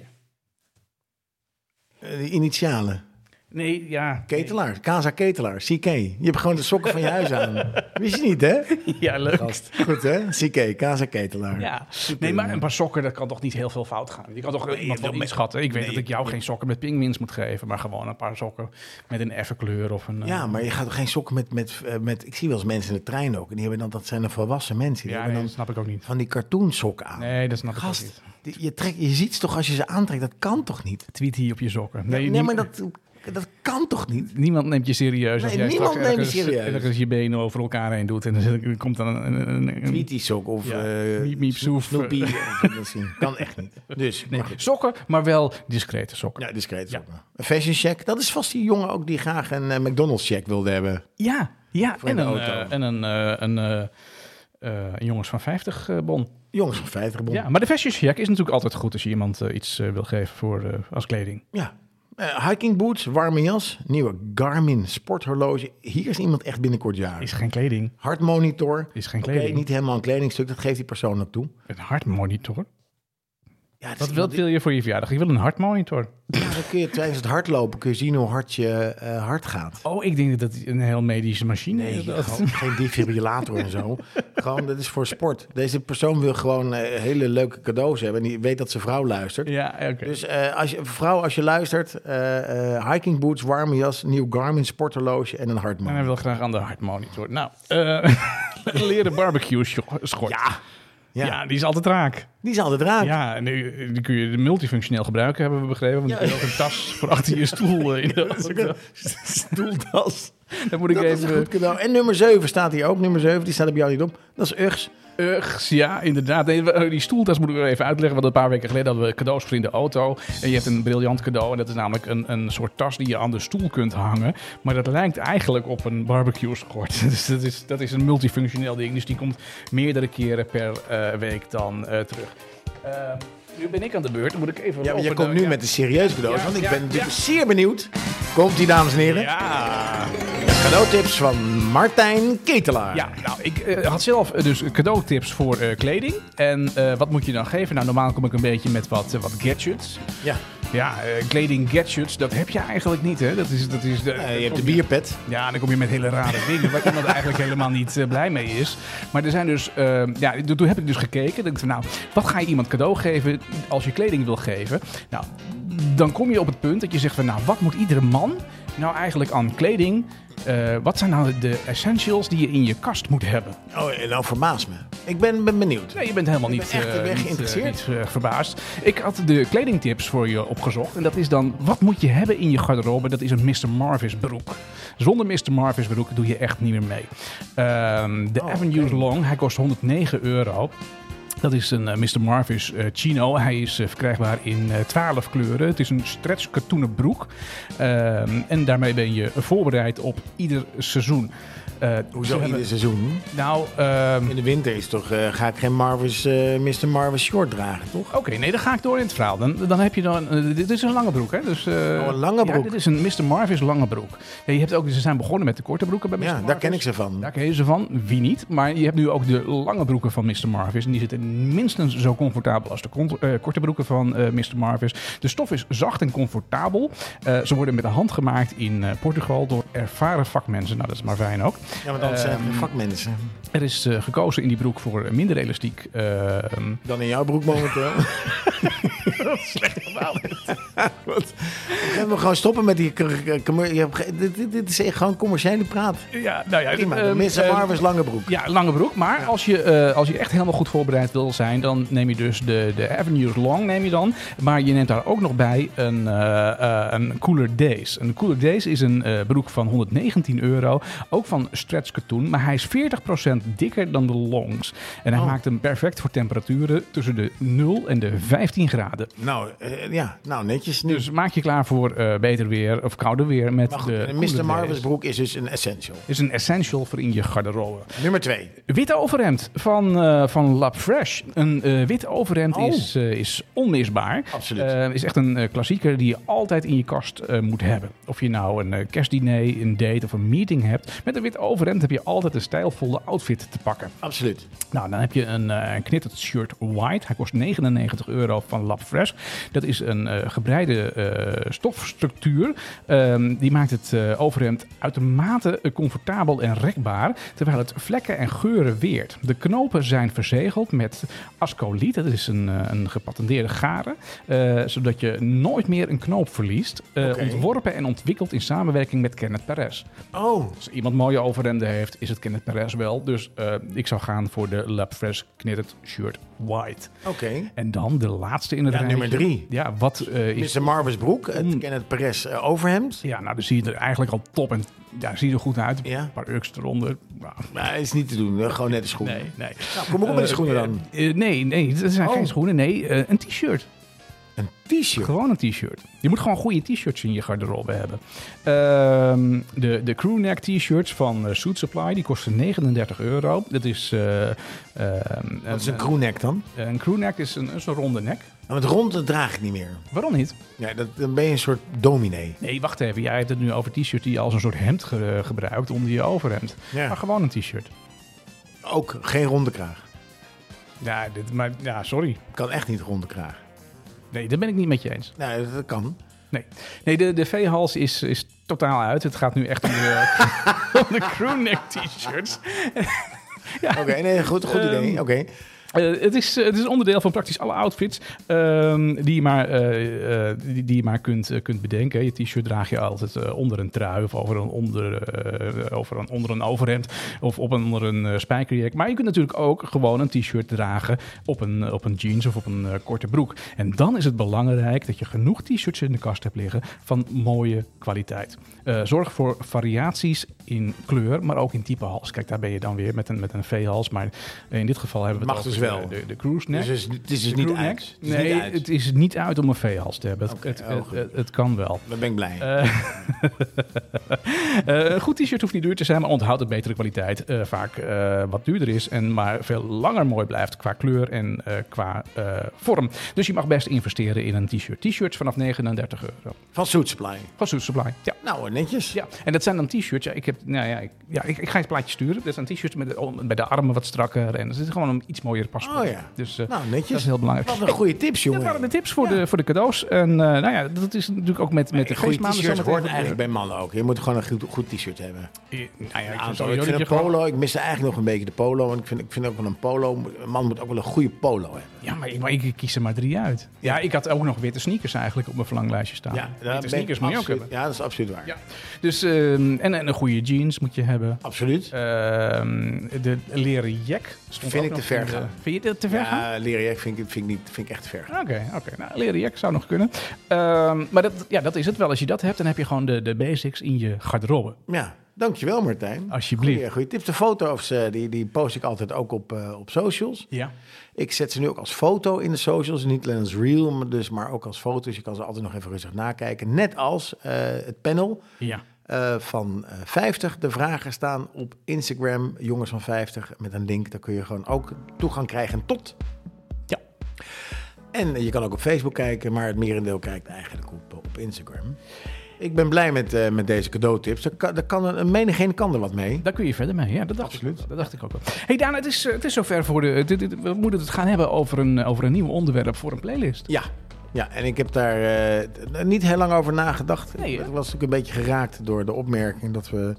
Uh, de initialen. Nee, ja. Ketelaar, nee. Casa Ketelaar, C K. Je hebt gewoon de sokken van je huis aan. Wist je niet, hè? Ja, leuk. Gast. Goed, hè? C K, Casa Ketelaar. Ja. Super. Nee, maar een paar sokken, dat kan toch niet heel veel fout gaan? Je kan toch nee, iemand wel inschatten? Ik weet nee, dat ik jou nee. geen sokken met pingwins moet geven, maar gewoon een paar sokken met een effe kleur of een... Ja, uh... maar je gaat toch geen sokken met, met, uh, met... Ik zie wel eens mensen in de trein ook, en die hebben dan, dat zijn dan volwassen mensen. Die ja, hebben nee, dan dat snap ik ook niet. Van die cartoonsokken aan. Nee, dat snap Gast, ik ook niet. Je, trekt, je ziet ze toch als je ze aantrekt, dat kan toch niet? Tweet hier op je sokken. Nee, ja, nee maar dat... Dat kan toch niet? Niemand neemt je serieus als nee, jij niemand straks neemt ergens, je serieus. ergens je benen over elkaar heen doet. En dan komt dan een... een, een, een Tweety-sok of ja, uh, miep, miep, soef. Snoopy. Kan echt niet. Dus, nee, sokken, maar wel discrete sokken. Ja, discrete sokken. Ja. Een fashion check. Dat is vast die jongen ook die graag een uh, McDonald's check wilde hebben. Ja, ja. En een, auto. Uh, en een, uh, een, uh, uh, een jongens van vijftig uh, bon. Jongens van vijftig bon. Ja, maar de fashion check is natuurlijk altijd goed als je iemand uh, iets uh, wil geven voor, uh, als kleding. Ja. Uh, hiking boots, warme jas, nieuwe Garmin sporthorloge. Hier is iemand echt binnenkort jarig. Is geen kleding. Hartmonitor. Is geen kleding. Okay, niet helemaal een kledingstuk, dat geeft die persoon ook toe. Een hartmonitor? Ja, wat wil, wil je voor je verjaardag? Ik wil een hartmonitor. Ja, dan kun je tijdens het hardlopen kun je zien hoe hard je uh, hart gaat. Oh, ik denk dat het een heel medische machine nee, is. Dat. Gewoon, geen defibrillator en zo. Gewoon, dat is voor sport. Deze persoon wil gewoon uh, hele leuke cadeaus hebben. En die weet dat zijn vrouw luistert. Ja, oké. Okay. Dus uh, als je, vrouw, als je luistert, uh, uh, hiking boots, warme jas, nieuw Garmin sporthorloge en een hartmonitor. En hij wil graag aan de hartmonitor. Nou, uh, een leren barbecue schort. Ja. Ja. ja, die is altijd raak. Die is altijd raak. Ja, en nu, die kun je multifunctioneel gebruiken, hebben we begrepen. Want ja. je hebt ook een tas voor achter je stoel in de stoeltas. Dan moet ik dat even... is een goed cadeau. En nummer zeven staat hier ook. Nummer zeven, die staat er bij jou niet op. Dat is Uggs. Uggs, ja, inderdaad. Nee, die stoeltas moet ik even uitleggen. Want een paar weken geleden hadden we cadeaus voor in de auto. En je hebt een briljant cadeau. En dat is namelijk een, een soort tas die je aan de stoel kunt hangen. Maar dat lijkt eigenlijk op een barbecue schort. Dus dat is, dat is een multifunctioneel ding. Dus die komt meerdere keren per uh, week dan uh, terug. Uh, nu ben ik aan de beurt. Dan moet ik even... Ja, maar jij komt nu ja. met de serieuze cadeaus. Ja, want ik ja, ben natuurlijk ja. zeer benieuwd. Komt die, dames en heren? Ja. Cadeautips van Martijn Ketelaar. Ja, nou, ik uh, had zelf uh, dus cadeautips voor uh, kleding. En uh, wat moet je dan geven? Nou, normaal kom ik een beetje met wat, uh, wat gadgets. Ja. Ja, uh, kleding gadgets, dat heb je eigenlijk niet, hè? Dat is, dat is de, uh, je hebt de bierpet. Ja, dan kom je met hele rare dingen waar iemand eigenlijk helemaal niet uh, blij mee is. Maar er zijn dus... Uh, ja, toen heb ik dus gekeken. Dan denk ik van, nou, wat ga je iemand cadeau geven als je kleding wil geven? Nou, dan kom je op het punt dat je zegt van, nou, wat moet iedere man nou eigenlijk aan kleding... Uh, wat zijn nou de essentials die je in je kast moet hebben? Oh, nou verbaas me. Ik ben, ben benieuwd. Nee, je bent helemaal ik niet, ben echt, uh, niet, geïnteresseerd. Uh, niet uh, verbaasd. Ik had de kledingtips voor je opgezocht. En dat is dan, wat moet je hebben in je garderobe? Dat is een mister Marvis broek. Zonder mister Marvis broek doe je echt niet meer mee. Uh, de oh, Avenues okay. Long, hij kost honderdnegen euro. Dat is een uh, mister Marvis uh, chino. Hij is uh, verkrijgbaar in twaalf uh, kleuren. Het is een stretch katoenen broek. Uh, en daarmee ben je voorbereid op ieder seizoen. Uh, Hoezo ieder hebben... seizoen? Nou, uh, in de winter is toch, uh, ga ik geen Marvis, uh, mister Marvis short dragen, toch? Oké, okay, nee, dan ga ik door in het verhaal. Dan, dan heb je dan... Uh, dit is een lange broek, hè? Dus, uh, oh, een lange broek? Ja, dit is een mister Marvis lange broek. Ja, je hebt ook, ze zijn begonnen met de korte broeken bij mister Ja, Marvis. daar ken ik ze van. Daar ken je ze van. Wie niet? Maar je hebt nu ook de lange broeken van mister Marvis. En die zitten minstens zo comfortabel als de kont- uh, korte broeken van uh, mister Marvis. De stof is zacht en comfortabel. Uh, ze worden met de hand gemaakt in uh, Portugal door ervaren vakmensen. Nou, dat is maar fijn ook. Ja, want dan zijn uh, vakmensen. Er is uh, gekozen in die broek voor minder elastiek. Uh, Dan in jouw broek momenteel. Dat is slecht gedaan. Wat? Gaan we gewoon stoppen met die... Dit, dit, dit is echt gewoon commerciële praat. Ja, nou ja. Prima, uh, mister Marvis lange broek. Ja, lange broek. Maar ja. als, je, uh, als je echt helemaal goed voorbereid wil zijn, dan neem je dus de, de Avenues Long neem je dan. Maar je neemt daar ook nog bij een, uh, uh, een Cooler Days. Een Cooler Days is een uh, broek van honderdnegentien euro. Ook van stretch katoen. Maar hij is veertig procent dikker dan de longs. En hij oh. maakt hem perfect voor temperaturen tussen de nul en de vijftien graden. Nou, uh, ja, nou netjes. Nu. Dus maak je klaar voor voor uh, beter weer of kouder weer met Maar goed, de een mister Marvis broek is dus een essential. Is een essential voor in je garderobe. Nummer twee. Wit overhemd van, uh, van Lab Fresh. Een uh, wit overhemd Oh. is, uh, is onmisbaar. Absoluut. Uh, is echt een uh, klassieker die je altijd in je kast uh, moet hebben. Of je nou een uh, kerstdiner, een date of een meeting hebt. Met een wit overhemd heb je altijd een stijlvolle outfit te pakken. Absoluut. Nou, dan heb je een, uh, een knitted shirt white. Hij kost negenennegentig euro van Lab Fresh. Dat is een uh, gebreide uh, stofstructuur. Um, die maakt het uh, overhemd uitermate uh, comfortabel en rekbaar, terwijl het vlekken en geuren weert. De knopen zijn verzegeld met ascoliet. Dat is een, uh, een gepatenteerde garen, uh, zodat je nooit meer een knoop verliest. Uh, Oké. Ontworpen en ontwikkeld in samenwerking met Kenneth Perez. Oh, Als iemand mooie overhemden heeft, is het Kenneth Perez wel. Dus uh, ik zou gaan voor de Lab Fresh Knitted Shirt White. oké. En dan de laatste in het Ja, rijtje. nummer drie. Ja, wat uh, is... mister Marvis broek, het Mm. Kenneth Perez uh, overhemd. Ja, nou, dan zie je er eigenlijk al top en ja, zie je er goed uit. Ja. Een paar urks eronder. Nou, Maar is niet te doen, hè? Gewoon net de schoenen. nee, nee. Nou, kom maar op met de schoenen Uh, dan. uh, nee, nee, dat zijn Oh. geen schoenen. Nee, uh, een t-shirt. Een t-shirt. Gewoon een t-shirt. Je moet gewoon goede t-shirts in je garderobe hebben. Ehm, de, de crewneck t-shirts van uh, Suit Supply, die kosten negenendertig euro. Dat is... Uh, uh, Wat is een crewneck dan? Een crewneck is een, is een ronde nek. Nou, het rond dat draag ik niet meer. Waarom niet? Ja, dat, dan ben je een soort dominee. Nee, wacht even. Jij hebt het nu over t-shirt die je als een soort hemd ge- gebruikt onder je overhemd. Ja. Maar gewoon een t-shirt. Ook geen ronde kraag. Ja, dit, maar, ja, sorry. Kan echt niet ronde kraag. Nee, daar ben ik niet met je eens. Nou, dat, dat kan. Nee, nee de, de V-hals is, is totaal uit. Het gaat nu echt om de, om de crewneck t-shirts. Oké, nee, goed, goed idee. Ehm, Oké. Uh, het, is, uh, het is onderdeel van praktisch alle outfits um, die je maar, uh, uh, die, die je maar kunt, uh, kunt bedenken. Je t-shirt draag je altijd uh, onder een trui of over een, onder, uh, over een, onder een overhemd of op een, onder een uh, spijkerjack. Maar je kunt natuurlijk ook gewoon een t-shirt dragen op een, op een jeans of op een uh, korte broek. En dan is het belangrijk dat je genoeg t-shirts in de kast hebt liggen van mooie kwaliteit. Uh, zorg voor variaties in kleur, maar ook in type hals. Kijk, daar ben je dan weer met een, met een V-hals. Maar in dit geval hebben we Mag het dus over wel. de, de, de cruise neck. Dus het is, het is dus De niet crewneck. uit. Het is nee, niet uit. het is niet uit om een V-hals te hebben. Het, Oké, het, oh, het, goed. het, het kan wel. Dan ben ik blij. Uh, uh, een goed t-shirt hoeft niet duur te zijn, maar onthoudt het betere kwaliteit. Uh, vaak uh, wat duurder is en maar veel langer mooi blijft qua kleur en uh, qua uh, vorm. Dus je mag best investeren in een t-shirt. T-shirts vanaf negenendertig euro. Van Suit Supply. Van Suit Supply. Ja. Nou, netjes. Ja, en dat zijn dan t-shirts. Ja, ik, heb, nou ja, ik, ja, ik, ik ga je het plaatje sturen. Dat zijn t-shirts met de, bij de armen wat strakker. En er zit gewoon een iets mooier paspoort. Oh ja. Dus uh, Nou, dat netjes. is heel belangrijk. Wat een goede tips, jongen. Dat waren de tips voor, Ja. de, voor de cadeaus. En uh, nou ja, dat is natuurlijk ook met, met de Een goede feestmaanden. t-shirt zometeen hoort eigenlijk bij mannen ook. Je moet gewoon een goed, goed t-shirt hebben. Nou ja, ik Ja, vind ik sowieso vind dat een je gewoon- polo, ik miste eigenlijk nog een beetje de polo. Want ik vind, ik vind ook wel een polo, een man moet ook wel een goede polo hebben. Ja, maar ik, maar ik kies er maar drie uit. Ja, ik had ook nog witte sneakers eigenlijk op mijn verlanglijstje staan. daar witte ben sneakers ik moet je ook absoluut- hebben. Ja, dat is absoluut waar. Ja. Dus, ehm, en, en een goede jeans moet je hebben. Absoluut. Ehm, de leren jack. stond Vind ook ik nog te ver in de- gaan. Vind je dat te ver gaan? Ja, leren jack vind ik, vind, ik niet, vind ik echt te ver gaan. Oké, oké. Nou, leren jack zou nog kunnen. Ehm, maar dat, ja, dat is het wel. Als je dat hebt, dan heb je gewoon de, de basics in je garderobe. Ja, dankjewel Martijn. Alsjeblieft. Goeie, goeie tips. De foto's uh, die, die post ik altijd ook op, uh, op socials. Ja. Ik zet ze nu ook als foto in de socials. Niet alleen als reel, maar, dus, maar ook als foto's. Je kan ze altijd nog even rustig nakijken. Net als uh, het panel Ja. uh, van uh, vijftig. De vragen staan op Instagram, jongens van vijftig, met een link. Daar kun je gewoon ook toegang krijgen tot. Ja. En uh, je kan ook op Facebook kijken, maar het merendeel kijkt eigenlijk op, uh, op Instagram. Ik ben blij met, uh, met deze cadeautips. Daar kan, daar kan een, een menigeen kan er wat mee. Daar kun je verder mee. Ja, dat dacht Absoluut. ik ook wel. Dat dacht ik ook wel. Hey Daan, het is, uh, het is zover voor de... Dit, dit, we moeten het gaan hebben over een, over een nieuw onderwerp voor een playlist. Ja, ja, en ik heb daar uh, niet heel lang over nagedacht. Nee, hè? Ik was natuurlijk een beetje geraakt door de opmerking dat we...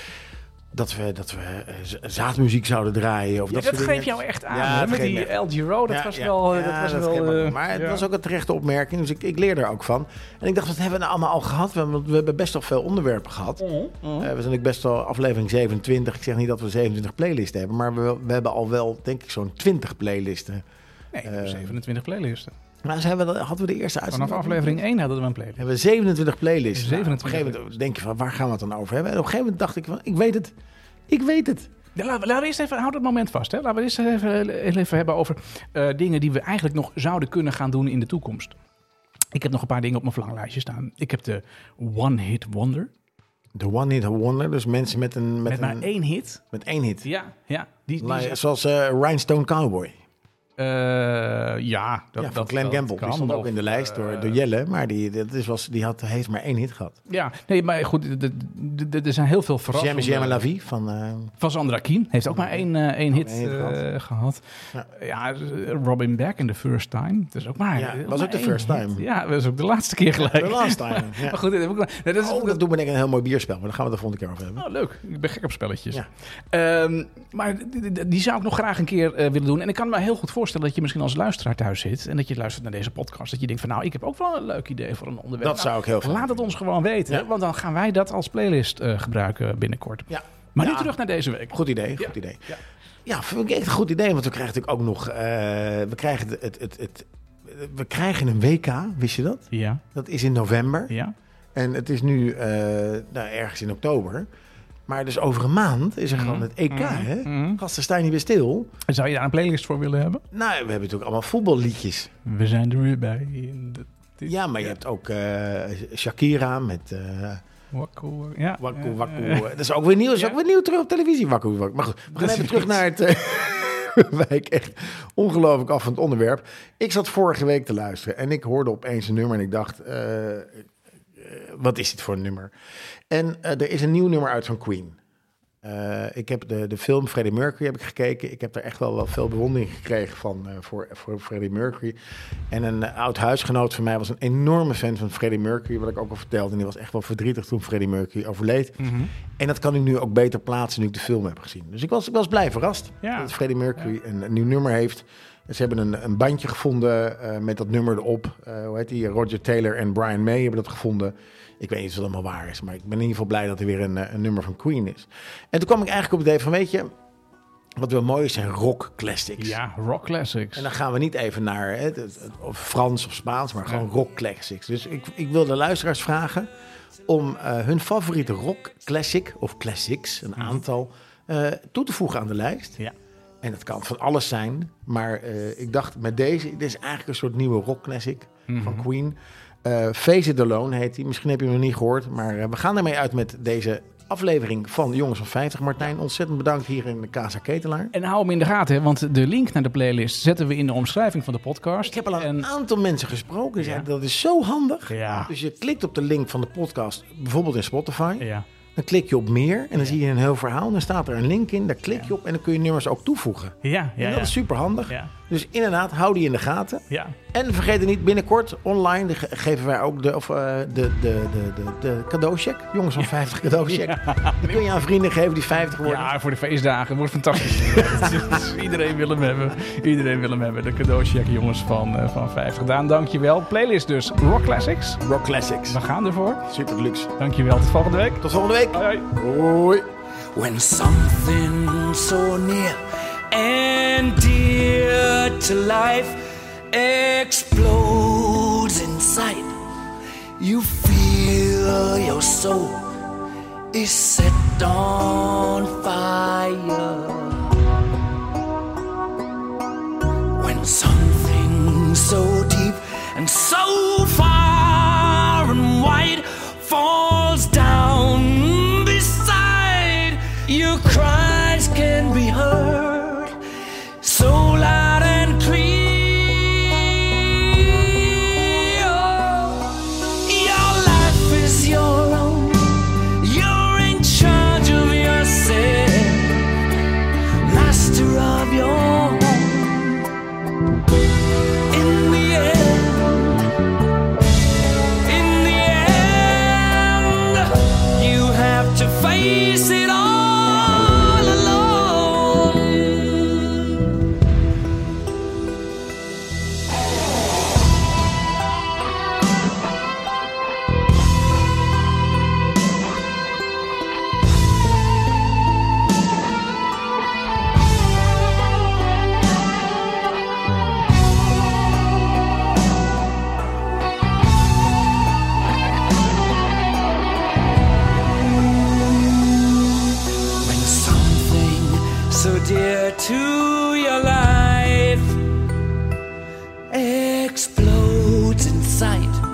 Dat we, dat we uh, zaadmuziek zouden draaien. Of Ja, dat dat soort greep dingen. jou echt aan, Ja, hè? dat Met greep die me- L G Row. Dat Ja, was ja, wel... ja, dat was dat wel greep me- uh, maar het ja. was ook een terechte opmerking, dus ik, ik leer er ook van. En ik dacht, wat hebben we nou allemaal al gehad? We hebben, we hebben best wel veel onderwerpen gehad. Mhm, mhm. Uh, we zijn ook best wel aflevering zevenentwintig. Ik zeg niet dat we zevenentwintig playlisten hebben, maar we, we hebben al wel, denk ik, zo'n twintig playlisten. Nee, Uh, zevenentwintig playlisten. Maar ze hebben, hadden we de eerste Vanaf uitzending? aflevering één hadden we een playlist. Hebben we zevenentwintig playlists. zevenentwintig Nou, op een gegeven moment denk je van, waar gaan we het dan over hebben? En op een gegeven moment dacht ik van, ik weet het. Ik weet het. Ja, laten, we, laten we eerst even, houd het moment vast. Hè. Laten we eerst even, even hebben over uh, dingen die we eigenlijk nog zouden kunnen gaan doen in de toekomst. Ik heb nog een paar dingen op mijn verlanglijstje staan. Ik heb de One Hit Wonder. De One Hit Wonder, dus mensen met een... Met, Met, maar een, één hit. met één hit. Ja, ja. Die, die Li- is- Zoals uh, Rhinestone Cowboy. Uh, ja, dat, Ja, van dat, Glenn dat Gamble. Die kan. stond ook Of, in de lijst door, uh, door Jelle. Maar die, dat is, was, die had, heeft maar één hit gehad. Ja, nee, maar goed, de- de- de- er zijn heel veel verrassingen. J'aime, J'aime la vie van... Uh, Van Sandra Kien heeft ook maar één, uh, één hit, één hit uh, gehad. gehad. Ja. Ja, Robin Beck in The First Time. Dat is ook maar. Ja, ook was maar ook de één first hit. time. Ja, dat was ook de laatste keer gelijk. The last time. Ja. Maar goed, dat, heb ik wel- nee, dat is Oh, dat doet me denk ik een heel mooi bierspel. Maar daar gaan we het de volgende keer over hebben. Oh, leuk. Ik ben gek op spelletjes. Ja. Ehm, maar die, die- die zou ik nog graag een keer uh, willen doen. En ik kan me heel goed voorstellen dat je misschien als luisteraar thuis zit en dat je luistert naar deze podcast. Dat je denkt van nou, ik heb ook wel een leuk idee voor een onderwerp. Dat Nou, zou ik heel fijn Laat het ons gewoon weten. Ja. Want dan gaan wij dat als playlist uh, gebruiken binnenkort. Ja. Maar Ja. nu terug naar deze week. Goed idee, goed Ja. idee. Ja. Ja, vind ik echt een goed idee. Want we krijgen natuurlijk ook nog... Uh, we, krijgen het, het, het, het, we krijgen een W K, wist je dat? Ja, Dat is in november. ja. En het is nu uh, nou, ergens in oktober. Maar dus over een maand is er Mhm. gewoon het E K, Mhm. hè? Mhm. Gasten, sta je niet weer stil? Zou je daar een playlist voor willen hebben? Nou, we hebben natuurlijk allemaal voetballiedjes. We zijn er weer bij. In de, dit- Ja, maar je hebt ook uh, Shakira met... Uh, Wakku, ja. Wakku, Eh, wakku. eh, Dat is ook weer nieuw. Dat is Ja. ook weer nieuw terug op televisie. Wakku, wakku. Maar goed, we gaan Dat even is terug iets. naar het... Uh, wijk echt ongelooflijk af van het onderwerp. Ik zat vorige week te luisteren en ik hoorde opeens een nummer en ik dacht... Uh, uh, wat is dit voor een nummer? En uh, er is een nieuw nummer uit van Queen. Uh, ik heb de, de film Freddie Mercury heb ik gekeken. Ik heb er echt wel, wel veel bewondering gekregen van, uh, voor, voor Freddie Mercury. En een uh, oud huisgenoot van mij was een enorme fan van Freddie Mercury, wat ik ook al vertelde. En die was echt wel verdrietig toen Freddie Mercury overleed. mhm. En dat kan ik nu ook beter plaatsen nu ik de film heb gezien. Dus ik was, ik was blij verrast Ja. dat Freddie Mercury een, een nieuw nummer heeft. Ze hebben een, een bandje gevonden uh, met dat nummer erop. Uh, hoe heet die? Roger Taylor en Brian May hebben dat gevonden. Ik weet niet of het allemaal waar is, maar ik ben in ieder geval blij dat er weer een, een nummer van Queen is. En toen kwam ik eigenlijk op het idee van, weet je, wat wel mooi is, zijn rock classics. Ja, rock classics. En dan gaan we niet even naar hè, het, het, of Frans of Spaans, maar gewoon Ja. rock classics. Dus ik, ik wil de luisteraars vragen om uh, hun favoriete rock classic of classics, een aantal, uh, toe te voegen aan de lijst. Ja. En dat kan van alles zijn, maar uh, ik dacht met deze, dit is eigenlijk een soort nieuwe rock classic Mhm. van Queen. Uh, Face It Alone heet die. Misschien heb je hem nog niet gehoord, maar uh, we gaan ermee uit met deze aflevering van Jongens van vijftig. Martijn, ontzettend bedankt hier in de Casa Ketelaar. En hou hem in de gaten, hè, want de link naar de playlist zetten we in de omschrijving van de podcast. Ik heb al een En- aantal mensen gesproken. Die zeiden, Ja. dat is zo handig. Ja. Dus je klikt op de link van de podcast, bijvoorbeeld in Spotify. Ja. Dan klik je op meer en dan zie je een heel verhaal. Dan staat er een link in, daar klik je op en dan kun je nummers ook toevoegen. Ja, ja, en dat ja. is super handig. Ja. Dus inderdaad, hou die in de gaten. Ja. En vergeet er niet, binnenkort online de, ge- geven wij ook de, of, uh, de, de, de, de, de cadeaucheck. Jongens van vijftig cadeaucheck. Die kun je aan vrienden geven die vijftig worden. Ja, voor de feestdagen. wordt fantastisch. Dus iedereen wil hem hebben. Iedereen wil hem hebben. De cadeaucheck, jongens van, uh, van vijftig. Daan, dankjewel. Playlist dus. Rock Classics. Rock Classics. We gaan ervoor. Super deluxe. Dankjewel. Tot volgende week. Tot volgende week. Hoi, hoi. Hoi. When something so near and dear to life explodes inside, you feel your soul is set on fire. When something so deep and so far and wide falls down beside, your cries can be heard so loud and clear. Your life is your own. You're in charge of yourself, master of your home. In the end, in the end, you have to face it all alone. When something so dear to your life explodes inside,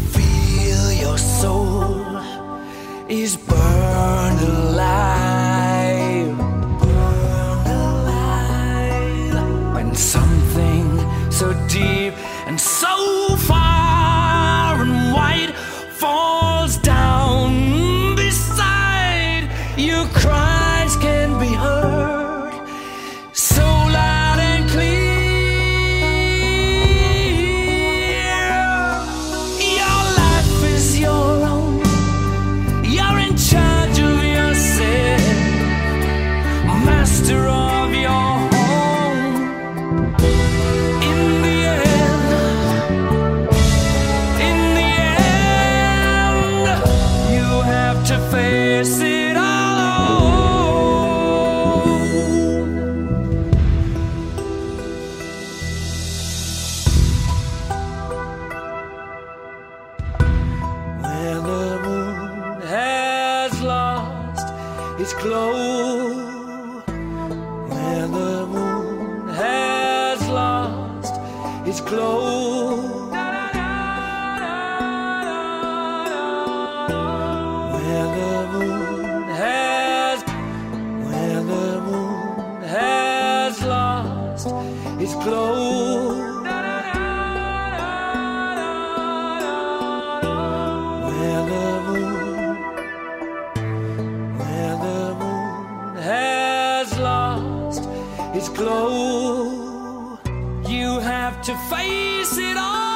feel your soul is burned alive, burned alive. When something so deep and so far and wide falls down beside you, cries can be heard so loud and clear. Your life is your own, you're in charge of yourself, master of your home. In the end, in the end, you have to face it alone. When the moon has lost its glow, when the moon has lost its glow, when the moon has, when the moon has lost its glow, when the moon, when the moon has lost its glow, you have to face it all.